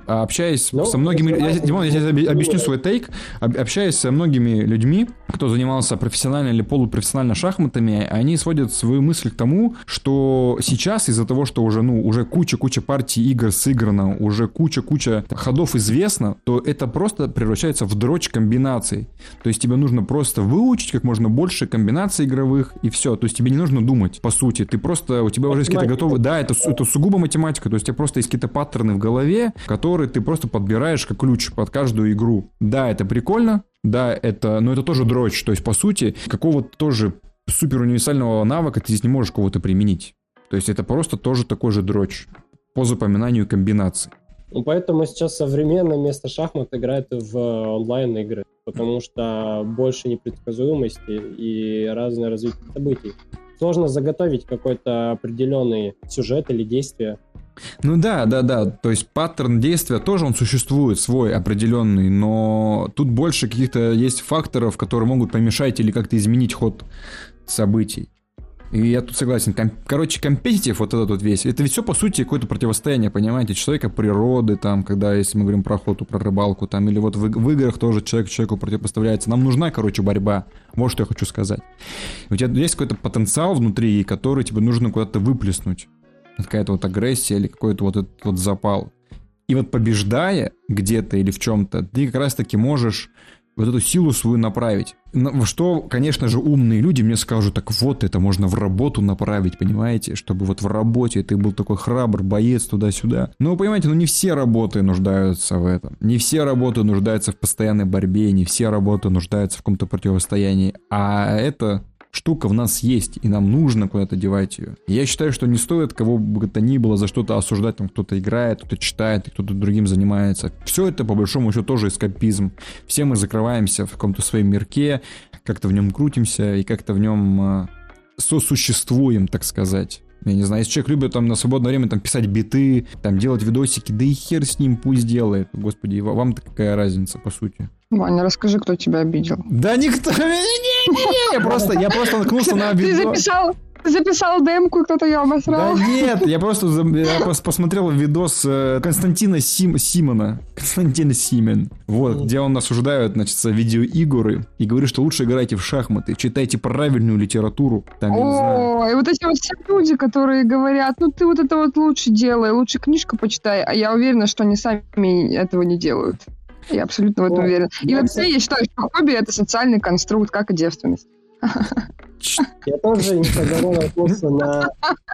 общаясь со многими... Димон, я тебе объясню свой тейк. Общаясь со многими людьми, кто занимался профессионально или полупрофессионально шахматами, они сводят свою мысль к тому, что сейчас из-за того, что уже куча партий игр сыграно, уже куча ходов известно, то это просто превращается в дрочь комбинаций. То есть тебе нужно просто выучить как можно больше комбинаций игровых, и все. То есть тебе не нужно думать, по сути. Ты просто, у тебя уже есть какие-то готовые... Да, это сугубо математика. То есть у тебя просто есть какие-то паттерны в голове, которые ты просто подбираешь как ключ под каждую игру. Да, это прикольно, да, но это тоже дрочь. То есть, по сути, какого-то тоже супер универсального навыка ты здесь не можешь кого-то применить. То есть, это просто тоже такой же дрочь по запоминанию комбинаций. Ну, поэтому сейчас современно вместо шахмат играют в онлайн-игры, потому что больше непредсказуемости и разное развитие событий. Сложно заготовить какой-то определенный сюжет или действие. Ну да. То есть паттерн действия тоже он существует, свой определенный, но тут больше каких-то есть факторов, которые могут помешать или как-то изменить ход событий. И я тут согласен. Компетитив, вот этот вот весь, это ведь все по сути какое-то противостояние, понимаете, человека, природы, там, когда, если мы говорим про охоту, про рыбалку, там, или вот в играх тоже человек человеку противопоставляется. Нам нужна, борьба. Вот что я хочу сказать. У тебя есть какой-то потенциал внутри, который тебе нужно куда-то выплеснуть. Какая-то вот агрессия или какой-то вот этот вот запал. И вот побеждая где-то или в чем-то, ты как раз-таки можешь вот эту силу свою направить. Что, конечно же, умные люди мне скажут, так вот, это можно в работу направить, понимаете? Чтобы вот в работе ты был такой храбр, боец туда-сюда. Но, понимаете, не все работы нуждаются в этом. Не все работы нуждаются в постоянной борьбе, не все работы нуждаются в каком-то противостоянии. А это... штука в нас есть, и нам нужно куда-то девать ее. Я считаю, что не стоит кого бы то ни было за что-то осуждать, там кто-то играет, кто-то читает, кто-то другим занимается. Все это, по большому счету, тоже эскапизм. Все мы закрываемся в каком-то своем мирке, как-то в нем крутимся и как-то в нем сосуществуем, так сказать. Я не знаю, если человек любит там на свободное время там писать биты, там делать видосики, да и хер с ним, пусть делает. Господи, вам-то какая разница, по сути? Ваня, расскажи, кто тебя обидел. Да никто... Не-не-не, я просто наткнулся на видос. Ты записал демку, и кто-то ее обосрал? Да нет, я просто посмотрел видос Константина Симона. Константин Симен. Вот, где он осуждает, значит, видеоигры и говорит, что лучше играйте в шахматы, читайте правильную литературу. Там, я не знаю. И вот эти вот все люди, которые говорят, ты вот это вот лучше делай, лучше книжку почитай, а я уверена, что они сами этого не делают. Я абсолютно в этом уверена. И вообще я считаю, что хобби — это социальный конструкт, как и девственность. Я тоже не наткнулся на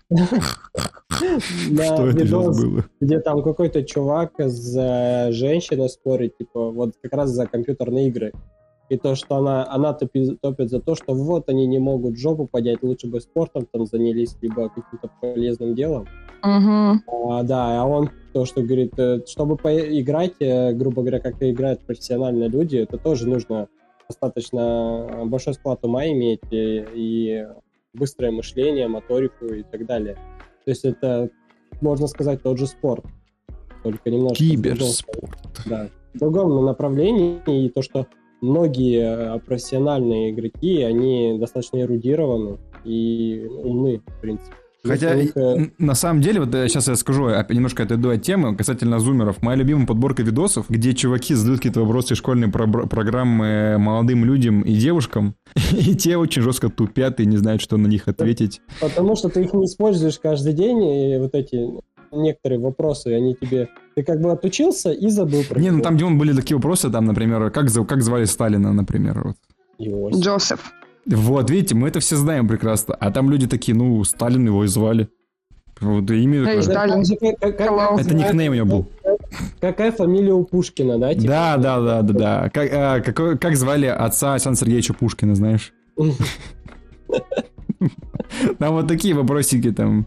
видос, где там какой-то чувак с женщиной спорит, типа, вот как раз за компьютерные игры. И то, что она топит за то, что вот они не могут жопу поднять, лучше бы спортом там занялись, либо каким-то полезным делом. А он то, что говорит, чтобы поиграть, грубо говоря, как играют профессиональные люди, это тоже нужно достаточно большой склад ума иметь и быстрое мышление, моторику и так далее. То есть это, можно сказать, тот же спорт, только немножко киберспорт. В другом направлении, и то, что многие профессиональные игроки, они достаточно эрудированы и умны, в принципе. Хотя, на самом деле, вот сейчас я скажу, немножко отойду от темы касательно зумеров. Моя любимая подборка видосов, где чуваки задают какие-то вопросы из школьной программы молодым людям и девушкам, и те очень жестко тупят и не знают, что на них ответить. Потому что ты их не используешь каждый день, и вот эти некоторые вопросы, они тебе... Ты как бы отучился и забыл про них. Там, где были такие вопросы, там, например, как звали Сталина, например. Вот. Джозеф. Вот, видите, мы это все знаем прекрасно. А там люди такие, Сталин его и звали. Вот имя такое. Сталин. Это никнейм у него был. Какая фамилия у Пушкина, да? Типа? Да. Как звали отца Александра Сергеевича Пушкина, знаешь? Там вот такие вопросики там.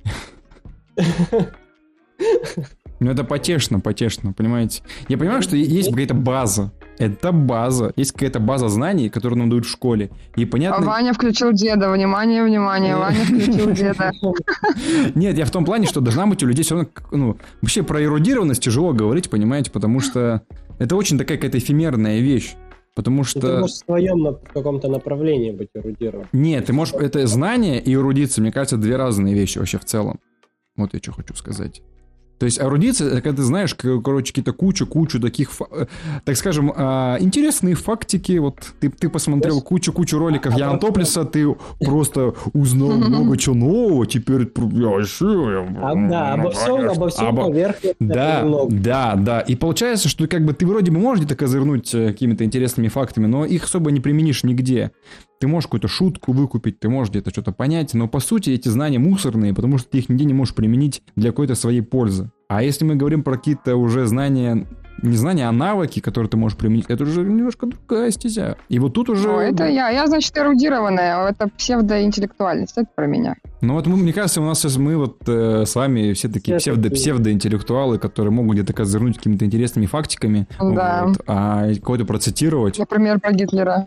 Это потешно, понимаете? Я понимаю, что есть какая-то база. Это база. Есть какая-то база знаний, которую нам дают в школе. И понятно... Ваня включил деда. Внимание. Ваня включил деда. Нет, я в том плане, что должна быть у людей все равно... вообще про эрудированность тяжело говорить, понимаете? Потому что это очень такая какая-то эфемерная вещь. Потому что... Ты можешь в своем каком-то направлении быть эрудирован. Нет, ты можешь... Это знание и эрудиция, мне кажется, две разные вещи вообще в целом. Вот я что хочу сказать. То есть эрудиция, это когда ты знаешь, короче, какие-то кучу таких, так скажем, интересные фактики. Вот ты посмотрел кучу роликов Яна Топлеса, ты просто узнал много чего нового, теперь я вообще... Да, обо всем поверхностно. Да. И получается, что как бы ты вроде бы можешь где-то козырнуть какими-то интересными фактами, но их особо не применишь нигде. Ты можешь какую-то шутку выкупить, ты можешь где-то что-то понять, но по сути эти знания мусорные, потому что ты их нигде не можешь применить для какой-то своей пользы. А если мы говорим про какие-то уже знания, не знания, а навыки, которые ты можешь применить, это уже немножко другая стезя. И вот тут уже... это я, значит, эрудированная, это псевдоинтеллектуальность, это про меня. Ну вот мне кажется, у нас сейчас мы вот с вами все такие псевдоинтеллектуалы, которые могут где-то козырнуть какими-то интересными фактиками, да. Вот, а кого-то процитировать. Например, про Гитлера.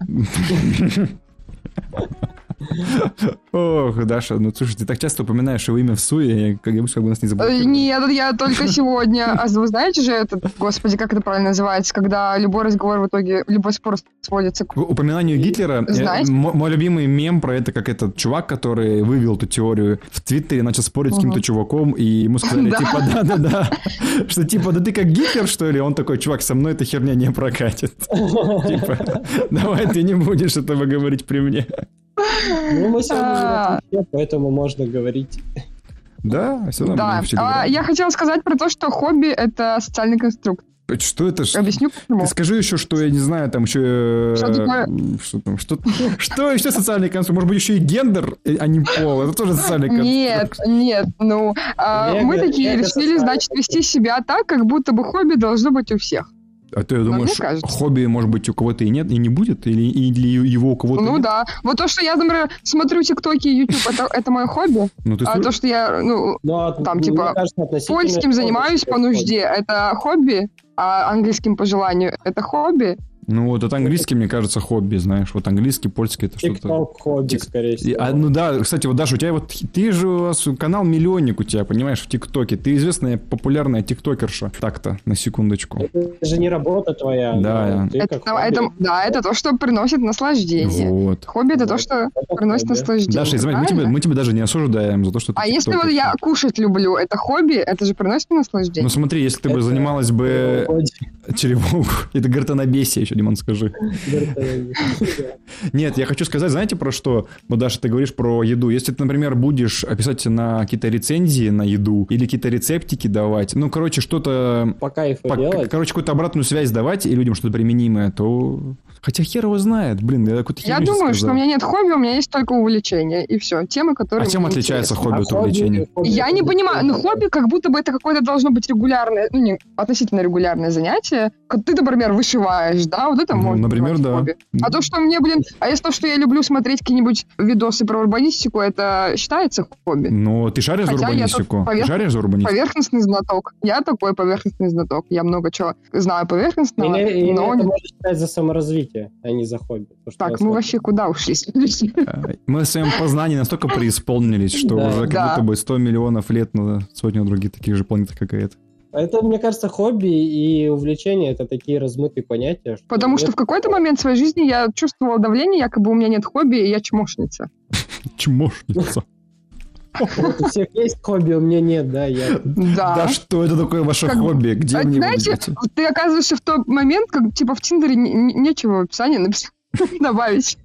Ох, Даша, ну слушай, ты так часто упоминаешь его имя в суе, как бы нас не заблокировали. Нет, я только сегодня. А вы знаете же это, господи, как это правильно называется, когда любой разговор в итоге, любой спор сводится к... К упоминанию Гитлера, мой любимый мем про это, как этот чувак, который вывел эту теорию в Твиттере, начал спорить с каким-то чуваком, и ему сказали, типа, да, что типа, да ты как Гитлер, что ли? Он такой, чувак, со мной эта херня не прокатит. Типа, давай ты не будешь этого говорить при мне. Ну, мы сегодня живем, поэтому можно говорить. Да, все нормально. Да, я хотела сказать про то, что хобби — это социальный конструкт. Что это? Объясню почему. Ты скажи еще, что я не знаю, там еще... Что такое? Что еще социальный конструкт? Может быть, еще и гендер, а не пол? Это тоже социальный конструкт. Нет, мы такие решили, значит, вести себя так, как будто бы хобби должно быть у всех. А ты думаешь, хобби, может быть, у кого-то и нет, и не будет? Или его у кого-то нет? Ну да. Вот то, что я, например, смотрю ТикТоки и YouTube, это мое хобби. А то, что я, там, типа, польским занимаюсь по нужде, это хобби, а английским по желанию это хобби. Ну, вот это английский, мне кажется, хобби, знаешь. Вот английский, польский, это что-то... TikTok хобби, скорее всего. Ну да, кстати, вот, Даша, у тебя вот... Ты же у вас канал-миллионник у тебя, понимаешь, в ТикТоке. Ты известная, популярная тиктокерша. Так-то, на секундочку. Это же не работа твоя. Да. Это то, что приносит наслаждение. Вот. Хобби — это то, что приносит наслаждение. Даша, извини, мы тебя даже не осуждаем за то, что ты А если вот я кушать люблю, это хобби, это же приносит наслаждение. Ну смотри, если ты бы занималась бы черевок, это гортанобесие еще, Димон, скажи. Нет, я хочу сказать, знаете, про что? Вот, Даша, ты говоришь про еду. Если ты, например, будешь писать на какие-то рецензии на еду или какие-то рецептики давать, ну, короче, что-то... По кайфу делать. Короче, какую-то обратную связь давать и людям что-то применимое, то... Хотя хер его знает, блин, я какую-то херню думаю, сказал. что у меня нет хобби, у меня есть только увлечение, и все. Темы, которые... А чем отличается хобби от увлечения? Я не понимаю, но хобби как будто бы это какое-то должно быть регулярное, относительно регулярное занятие. Ты, например, вышиваешь, да, вот это можно например, да. Хобби. А то, что мне, а если то, что я люблю смотреть какие-нибудь видосы про урбанистику, это считается хобби? Ну, ты шаришь за урбанистику? Поверхностный знаток. Я такой поверхностный знаток. Я много чего знаю поверхностного. Или это можно считать за саморазвитие, а не за хобби. Так, мы вообще куда ушли? Мы в своем познании настолько преисполнились, что уже как будто бы 100 миллионов лет на сотню других таких же планет, как и это. Это, мне кажется, хобби и увлечение — это такие размытые понятия. Потому что в какой-то момент в своей жизни я чувствовала давление, якобы у меня нет хобби, и я чмошница. Чмошница. Вот у всех есть хобби, у меня нет, да? Да, что это такое ваше хобби? Где мне его знаете, ты оказываешься в тот момент, как типа в Тиндере нечего в описании добавить.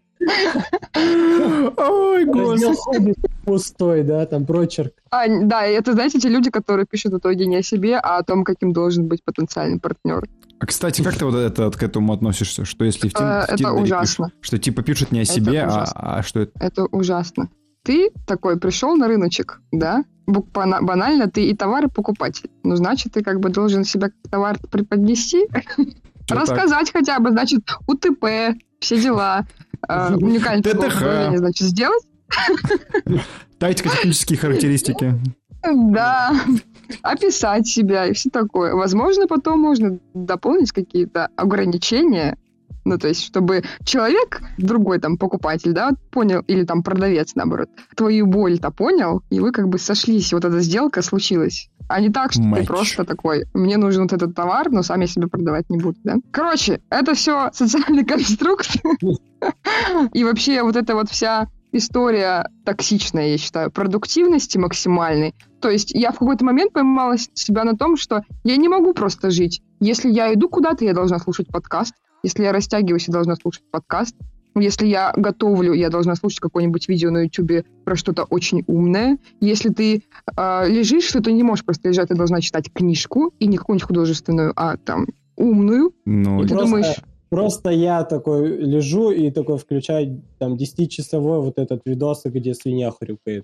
Ой, господи. Хобби пустой, да, там прочерк. Да, это, знаете, те люди, которые пишут в итоге не о себе, а о том, каким должен быть потенциальный партнер. А, кстати, как ты вот это к этому относишься? Что если в Тиндере это ужасно. Пишут, что типа пишут не о себе, а что это? Это ужасно. Ты такой пришел на рыночек, да? Банально, ты и товар, и покупатель. Ну, значит, ты как бы должен себя как товар преподнести, рассказать хотя бы, значит, УТП, все дела, уникальное предложение, значит, сделать. Тактико-технические характеристики. Да, описать себя и все такое. Возможно, потом можно дополнить какие-то ограничения, ну, то есть, чтобы человек, другой там покупатель, да, понял, или там продавец, наоборот, твою боль-то понял, и вы как бы сошлись, вот эта сделка случилась. А не так, что ты просто такой, мне нужен вот этот товар, но сам я себе продавать не буду, да? Короче, это все социальный конструкт. И вообще вот эта вот вся история токсичная, я считаю, продуктивности максимальной. То есть я в какой-то момент поймала себя на том, что я не могу просто жить. Если я иду куда-то, я должна слушать подкаст. Если я растягиваюсь, я должна слушать подкаст. Если я готовлю, я должна слушать какое-нибудь видео на YouTube про что-то очень умное. Если ты лежишь, то ты не можешь просто лежать, ты должна читать книжку, и не какую-нибудь художественную, а там умную. Ну, И ты думаешь... Просто я такой лежу и такой включаю там 10-часовой вот этот видос, где свинья хрюкает.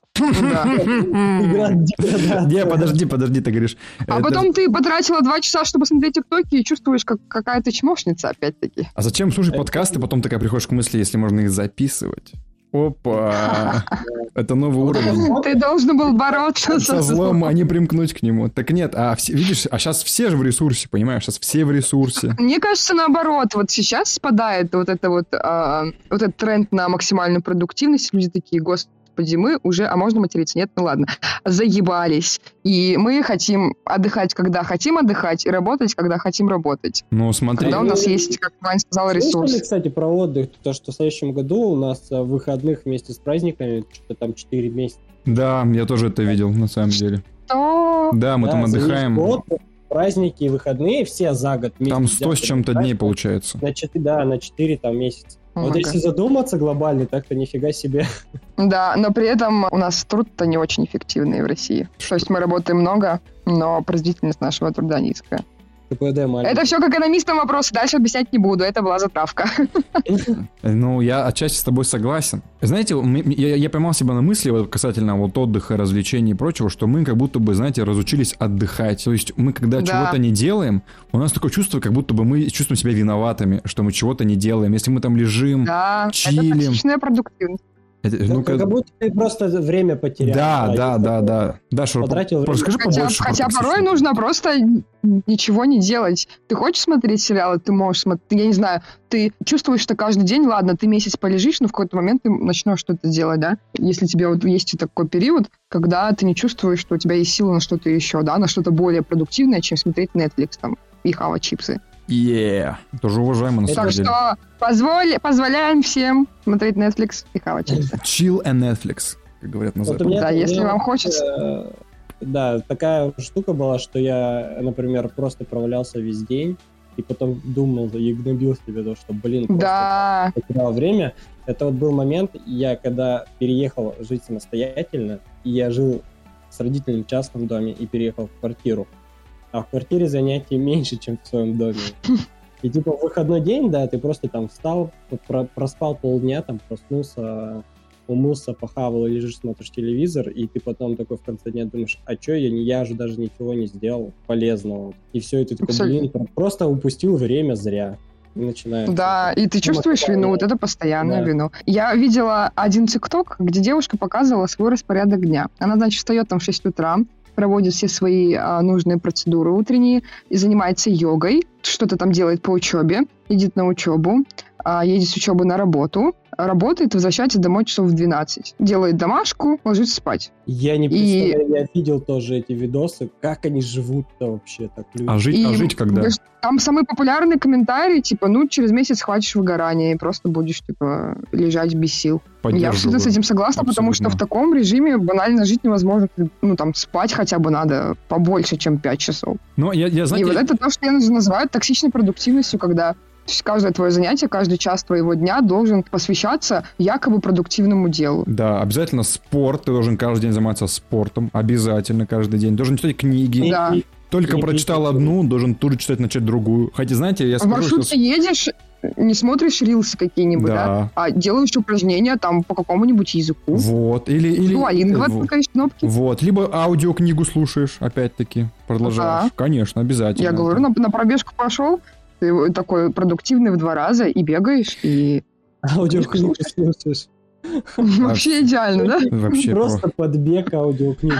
Не, подожди, ты говоришь. А потом ты потратила 2 часа, чтобы смотреть ТикТоки, и чувствуешь, как какая-то чмошница опять-таки. А зачем слушать подкасты, потом такая приходишь к мысли, если можно их записывать? Опа! Это новый уровень. Ты должен был бороться со злом, а не примкнуть к нему. Так нет, видишь, а сейчас все же в ресурсе, понимаешь? Сейчас все в ресурсе. Мне кажется, наоборот. Вот сейчас спадает вот этот тренд на максимальную продуктивность. Люди такие, господи, мы уже... А можно материться? Нет? Ну ладно. Заебались. И мы хотим отдыхать, когда хотим отдыхать, и работать, когда хотим работать. Ну, смотри. Когда у нас есть, как Ваня сказал, ресурс. Слышали, кстати, про отдых? То, что в следующем году у нас выходных вместе с праздниками что-то там 4 месяца. Да, я тоже это видел, на самом деле. Что? Да, мы там отдыхаем. Праздники и выходные все за год. Там 100 с чем-то дней получается. На 4 там месяца. Вот если задуматься глобально, так-то нифига себе. Да, но при этом у нас труд-то не очень эффективный в России. То есть мы работаем много, но производительность нашего труда низкая. КПД маленький. Это все к экономистам вопросы, дальше объяснять не буду, это была затравка. Ну, я отчасти с тобой согласен. Знаете, я поймал себя на мысли вот касательно вот отдыха, развлечений и прочего, что мы как будто бы, знаете, разучились отдыхать. То есть мы, когда чего-то не делаем, у нас такое чувство, как будто бы мы чувствуем себя виноватыми, что мы чего-то не делаем. Если мы там лежим, чилим... это токсичная продуктивность. Как будто ты просто время потерял. Да. Даша, расскажи побольше. Хотя порой нужно просто ничего не делать. Ты хочешь смотреть сериалы, ты можешь смотреть. Я не знаю, ты чувствуешь, что каждый день, ладно, ты месяц полежишь, но в какой-то момент ты начнешь что-то делать, да? Если тебе вот есть такой период, когда ты не чувствуешь, что у тебя есть сила на что-то еще, да, на что-то более продуктивное, чем смотреть Netflix там и хавать чипсы. Тоже уважаемо, на самом деле. Так что позволяем всем смотреть Netflix и хавать чипсы. Chill and Netflix, как говорят на Западе. Да, если вам хочется. Да, такая штука была, что я, например, просто провалялся весь день, и потом думал и гнобил себя, что, просто потерял время. Это вот был момент, я когда переехал жить самостоятельно, и я жил с родителями в частном доме и переехал в квартиру. А в квартире занятий меньше, чем в своем доме. И типа в выходной день, да, ты просто там встал, проспал полдня, там проснулся, умылся, похавал и лежишь, смотришь телевизор, и ты потом такой в конце дня думаешь, а чё, я же даже ничего не сделал полезного. И все, и ты такой, просто упустил время зря. И начинается. Да, и ты чувствуешь вину, вот это постоянную вину. Я видела один ТикТок, где девушка показывала свой распорядок дня. Она, значит, встает там в 6 утра, проводит все свои нужные процедуры утренние и занимается йогой, что-то там делает по учебе, идет на учебу, едет с учебы на работу, работает, возвращается домой часов в 12, делает домашку, ложится спать. Я не представляю, я видел тоже эти видосы, как они живут-то вообще так люди. А жить когда? Там самый популярный комментарий, типа, через месяц хватишь выгорания и просто будешь, типа, лежать без сил. Я абсолютно с этим согласна, потому что в таком режиме банально жить невозможно. Спать хотя бы надо побольше, чем 5 часов. Но знаете... И вот это то, что я называю токсичной продуктивностью, когда каждое твое занятие, каждый час твоего дня должен посвящаться якобы продуктивному делу. Да, обязательно спорт, ты должен каждый день заниматься спортом, обязательно каждый день. Должен читать книги. Да. Только прочитал одну, должен тут же читать, начать другую. Хотя, знаете, я скажу, в маршрутке едешь, не смотришь рилсы какие-нибудь, да? А делаешь упражнения там по какому-нибудь языку. Вот. Или Дуолингво отвлекаешь кнопки. Вот. Либо аудиокнигу слушаешь, опять-таки, продолжаешь. Конечно, обязательно. Я говорю, на пробежку пошел, ты такой продуктивный в 2 раза, и бегаешь, и... Аудиокнигу слушаешь. Вообще идеально, да? Вообще просто подбег аудиокнигу.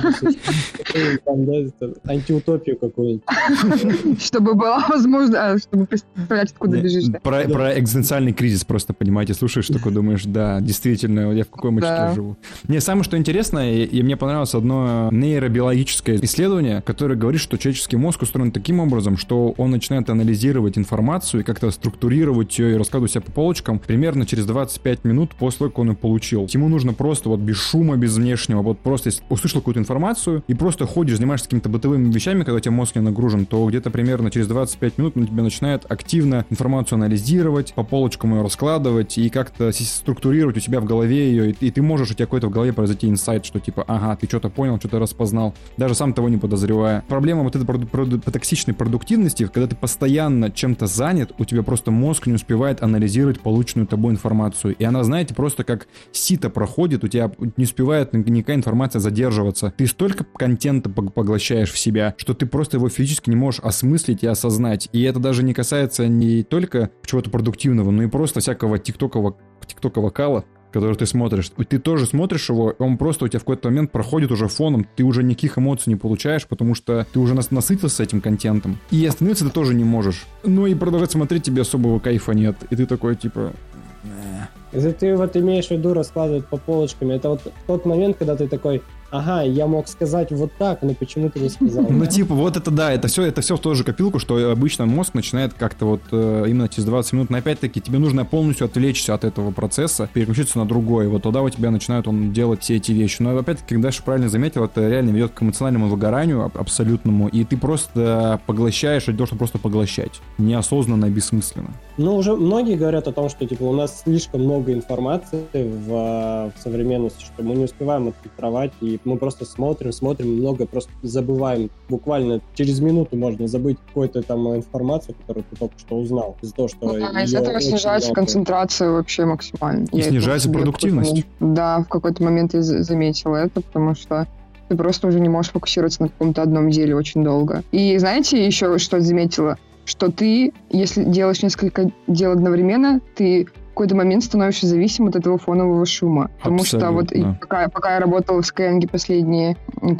Антиутопию какую-нибудь. Чтобы была возможность, чтобы представлять, откуда бежишь. Про экзистенциальный кризис просто, понимаете, слушаешь, такой думаешь, да, действительно, я в какой мечте живу. Мне самое, что интересно, и мне понравилось одно нейробиологическое исследование, которое говорит, что человеческий мозг устроен таким образом, что он начинает анализировать информацию и как-то структурировать ее и раскладывать себя по полочкам примерно через 25 минут после того, как он ее получил. получил. Ему нужно просто вот без шума, без внешнего, вот просто услышал какую-то информацию и просто ходишь, занимаешься какими-то бытовыми вещами, когда у тебя мозг не нагружен, то где-то примерно через 25 минут он тебя начинает активно информацию анализировать, по полочкам ее раскладывать и как-то структурировать у тебя в голове ее, и ты можешь, у тебя какой-то в голове произойти инсайт, что типа, ага, ты что-то понял, что-то распознал, даже сам того не подозревая. Проблема вот этой токсичной продуктивности, когда ты постоянно чем-то занят, у тебя просто мозг не успевает анализировать полученную тобой информацию. И она, знаете, просто как сито проходит, у тебя не успевает никакая информация задерживаться. Ты столько контента поглощаешь в себя, что ты просто его физически не можешь осмыслить и осознать. И это даже не касается не только чего-то продуктивного, но и просто всякого тиктокового кала, который ты смотришь. Ты тоже смотришь его, он просто у тебя в какой-то момент проходит уже фоном, ты уже никаких эмоций не получаешь, потому что ты уже насытился этим контентом. И остановиться ты тоже не можешь. Ну и продолжать смотреть тебе особого кайфа нет. И ты такой, типа... Если ты вот имеешь в виду раскладывать по полочкам, это вот тот момент, когда ты такой, ага, я мог сказать вот так, но почему ты не сказал? Ну, типа, вот это да, это все в ту же копилку, что обычно мозг начинает как-то вот именно через 20 минут, но опять-таки тебе нужно полностью отвлечься от этого процесса, переключиться на другой, вот тогда у тебя начинает он делать все эти вещи. Но опять-таки, как Даша правильно заметил, это реально ведет к эмоциональному выгоранию абсолютному, и ты просто поглощаешь ради того, чтобы просто поглощать. Неосознанно и бессмысленно. Ну, уже многие говорят о том, что типа у нас слишком много информации в современности, что мы не успеваем отфильтровать, и мы просто смотрим, много просто забываем. Буквально через минуту можно забыть какую-то там информацию, которую ты только что узнал. Из-за того, что из этого снижается концентрация вообще максимально. И снижается продуктивность. Да, в какой-то момент я заметила это, потому что ты просто уже не можешь фокусироваться на каком-то одном деле очень долго. И знаете еще, что заметила? Что ты, если делаешь несколько дел одновременно, ты в какой-то момент становишься зависим от этого фонового шума. Потому абсолютно. Что вот пока я работала в Skyeng последний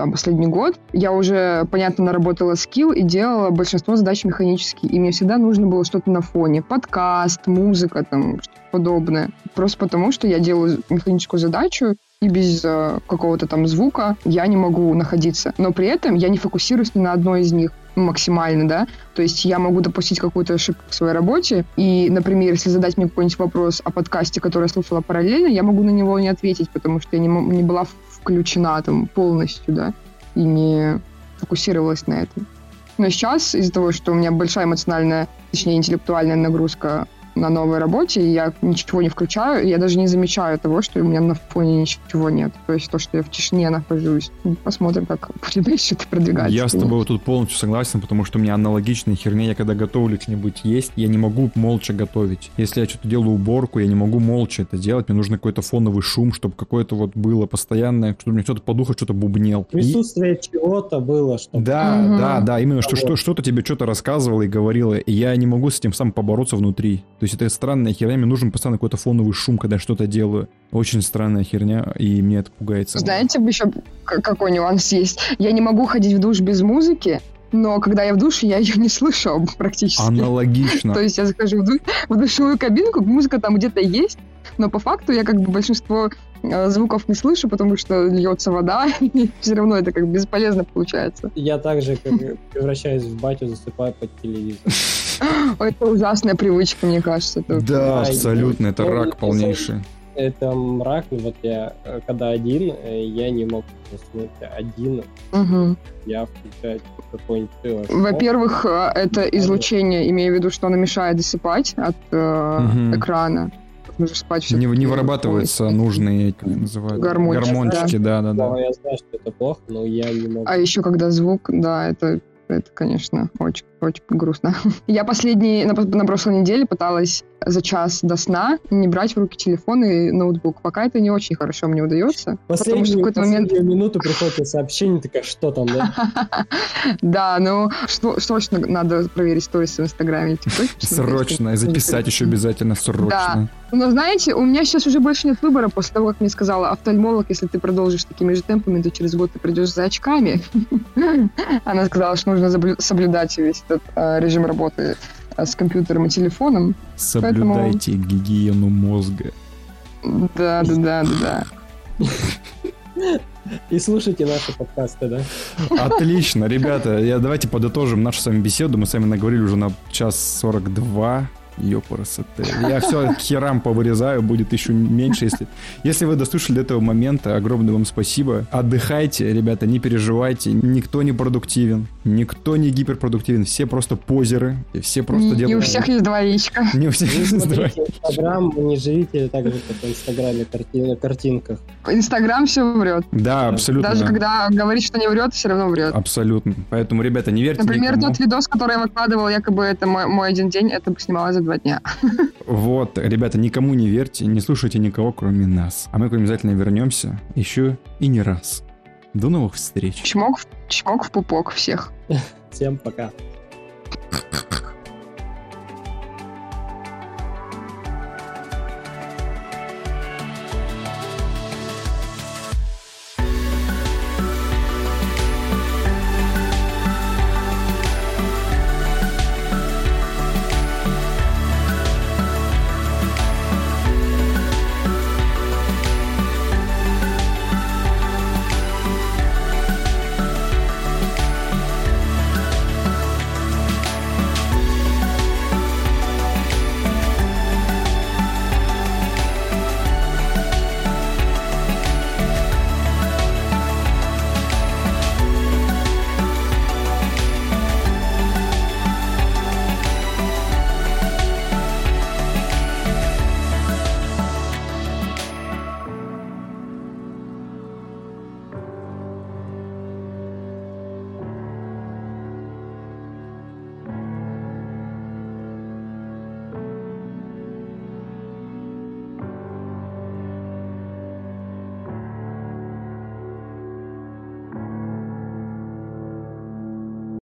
год, я уже, понятно, наработала скилл и делала большинство задач механически. И мне всегда нужно было что-то на фоне. Подкаст, музыка, там, что-то подобное. Просто потому, что я делаю механическую задачу, и без какого-то там звука я не могу находиться. Но при этом я не фокусируюсь ни на одной из них максимально, да. То есть я могу допустить какую-то ошибку в своей работе, и, например, если задать мне какой-нибудь вопрос о подкасте, который я слушала параллельно, я могу на него не ответить, потому что я не была включена там полностью, да, и не фокусировалась на этом. Но сейчас из-за того, что у меня большая эмоциональная, точнее, интеллектуальная нагрузка на новой работе, и я ничего не включаю, я даже не замечаю того, что у меня на фоне ничего нет. То есть то, что я в тишине нахожусь. Посмотрим, как будет что-то продвигаться. Я с тобой тут полностью согласен, потому что у меня аналогичная херня. Я когда готовлю что-нибудь есть, я не могу молча готовить. Если я что-то делаю уборку, я не могу молча это делать. Мне нужно какой-то фоновый шум, чтобы какое-то вот было постоянное, чтобы мне кто-то по духу что-то бубнел. Присутствие чего-то было, чтобы... Да, именно, что что-то тебе что-то рассказывало и говорило, и я не могу с этим сам побороться внутри. То есть это странная херня, мне нужен постоянно какой-то фоновый шум, когда я что-то делаю. Очень странная херня, и мне это пугает. Знаете, еще какой нюанс есть? Я не могу ходить в душ без музыки, но когда я в душе, я ее не слышу практически. Аналогично. То есть я захожу в душевую кабинку, музыка там где-то есть, но по факту я как бы большинство звуков не слышу, потому что льется вода, и все равно это как бы бесполезно получается. Я также превращаюсь в батю, засыпаю под телевизор. Это ужасная привычка, мне кажется. Да, абсолютно, это рак полнейший. Это мрак, вот я, когда один, я не мог заснуть один, я включаю какой-нибудь... Во-первых, это излучение, имею в виду, что оно мешает засыпать от экрана. Нужно спать не вырабатываются нужные, как называют, гормончики, да. Я знаю, что это плохо, но я не могу. А еще когда звук, да, это конечно, очень, очень грустно. Я на прошлой неделе пыталась за час до сна не брать в руки телефон и ноутбук. Пока это не очень хорошо мне удается. Последнюю минуту приходит сообщение, такая, что там, да? Да, ну, срочно надо проверить сторис в Инстаграме. Срочно, и записать еще обязательно срочно. Да. Но знаете, у меня сейчас уже больше нет выбора после того, как мне сказала офтальмолог, если ты продолжишь такими же темпами, то через год ты придешь за очками. Она сказала, что нужно соблюдать весь этот режим работы с компьютером и телефоном. Соблюдайте гигиену мозга. Да. И слушайте наши подкасты, да? Отлично, ребята, давайте подытожим нашу с вами беседу. Мы с вами наговорили уже на час 42. Ёпарасоте. Я все к херам повырезаю, будет еще меньше, если вы дослушали до этого момента. Огромное вам спасибо. Отдыхайте, ребята, не переживайте. Никто не продуктивен, никто не гиперпродуктивен. Все просто позеры, и все просто делают... Не у всех есть двоичка. Не у всех Вы есть смотрите двоичка. Инстаграм, не живите так же, как в Инстаграме, на картинках. Инстаграм все врет. Да, абсолютно. Даже когда говорит, что не врет, все равно врет. Абсолютно. Поэтому, ребята, не верьте Например, никому. тот видос, который я выкладывал, якобы это мой один день, это бы снималось за 2 дня. Вот, ребята, никому не верьте, не слушайте никого, кроме нас. А мы к вам обязательно вернемся еще и не раз. До новых встреч. Чмок в пупок всех. Всем пока.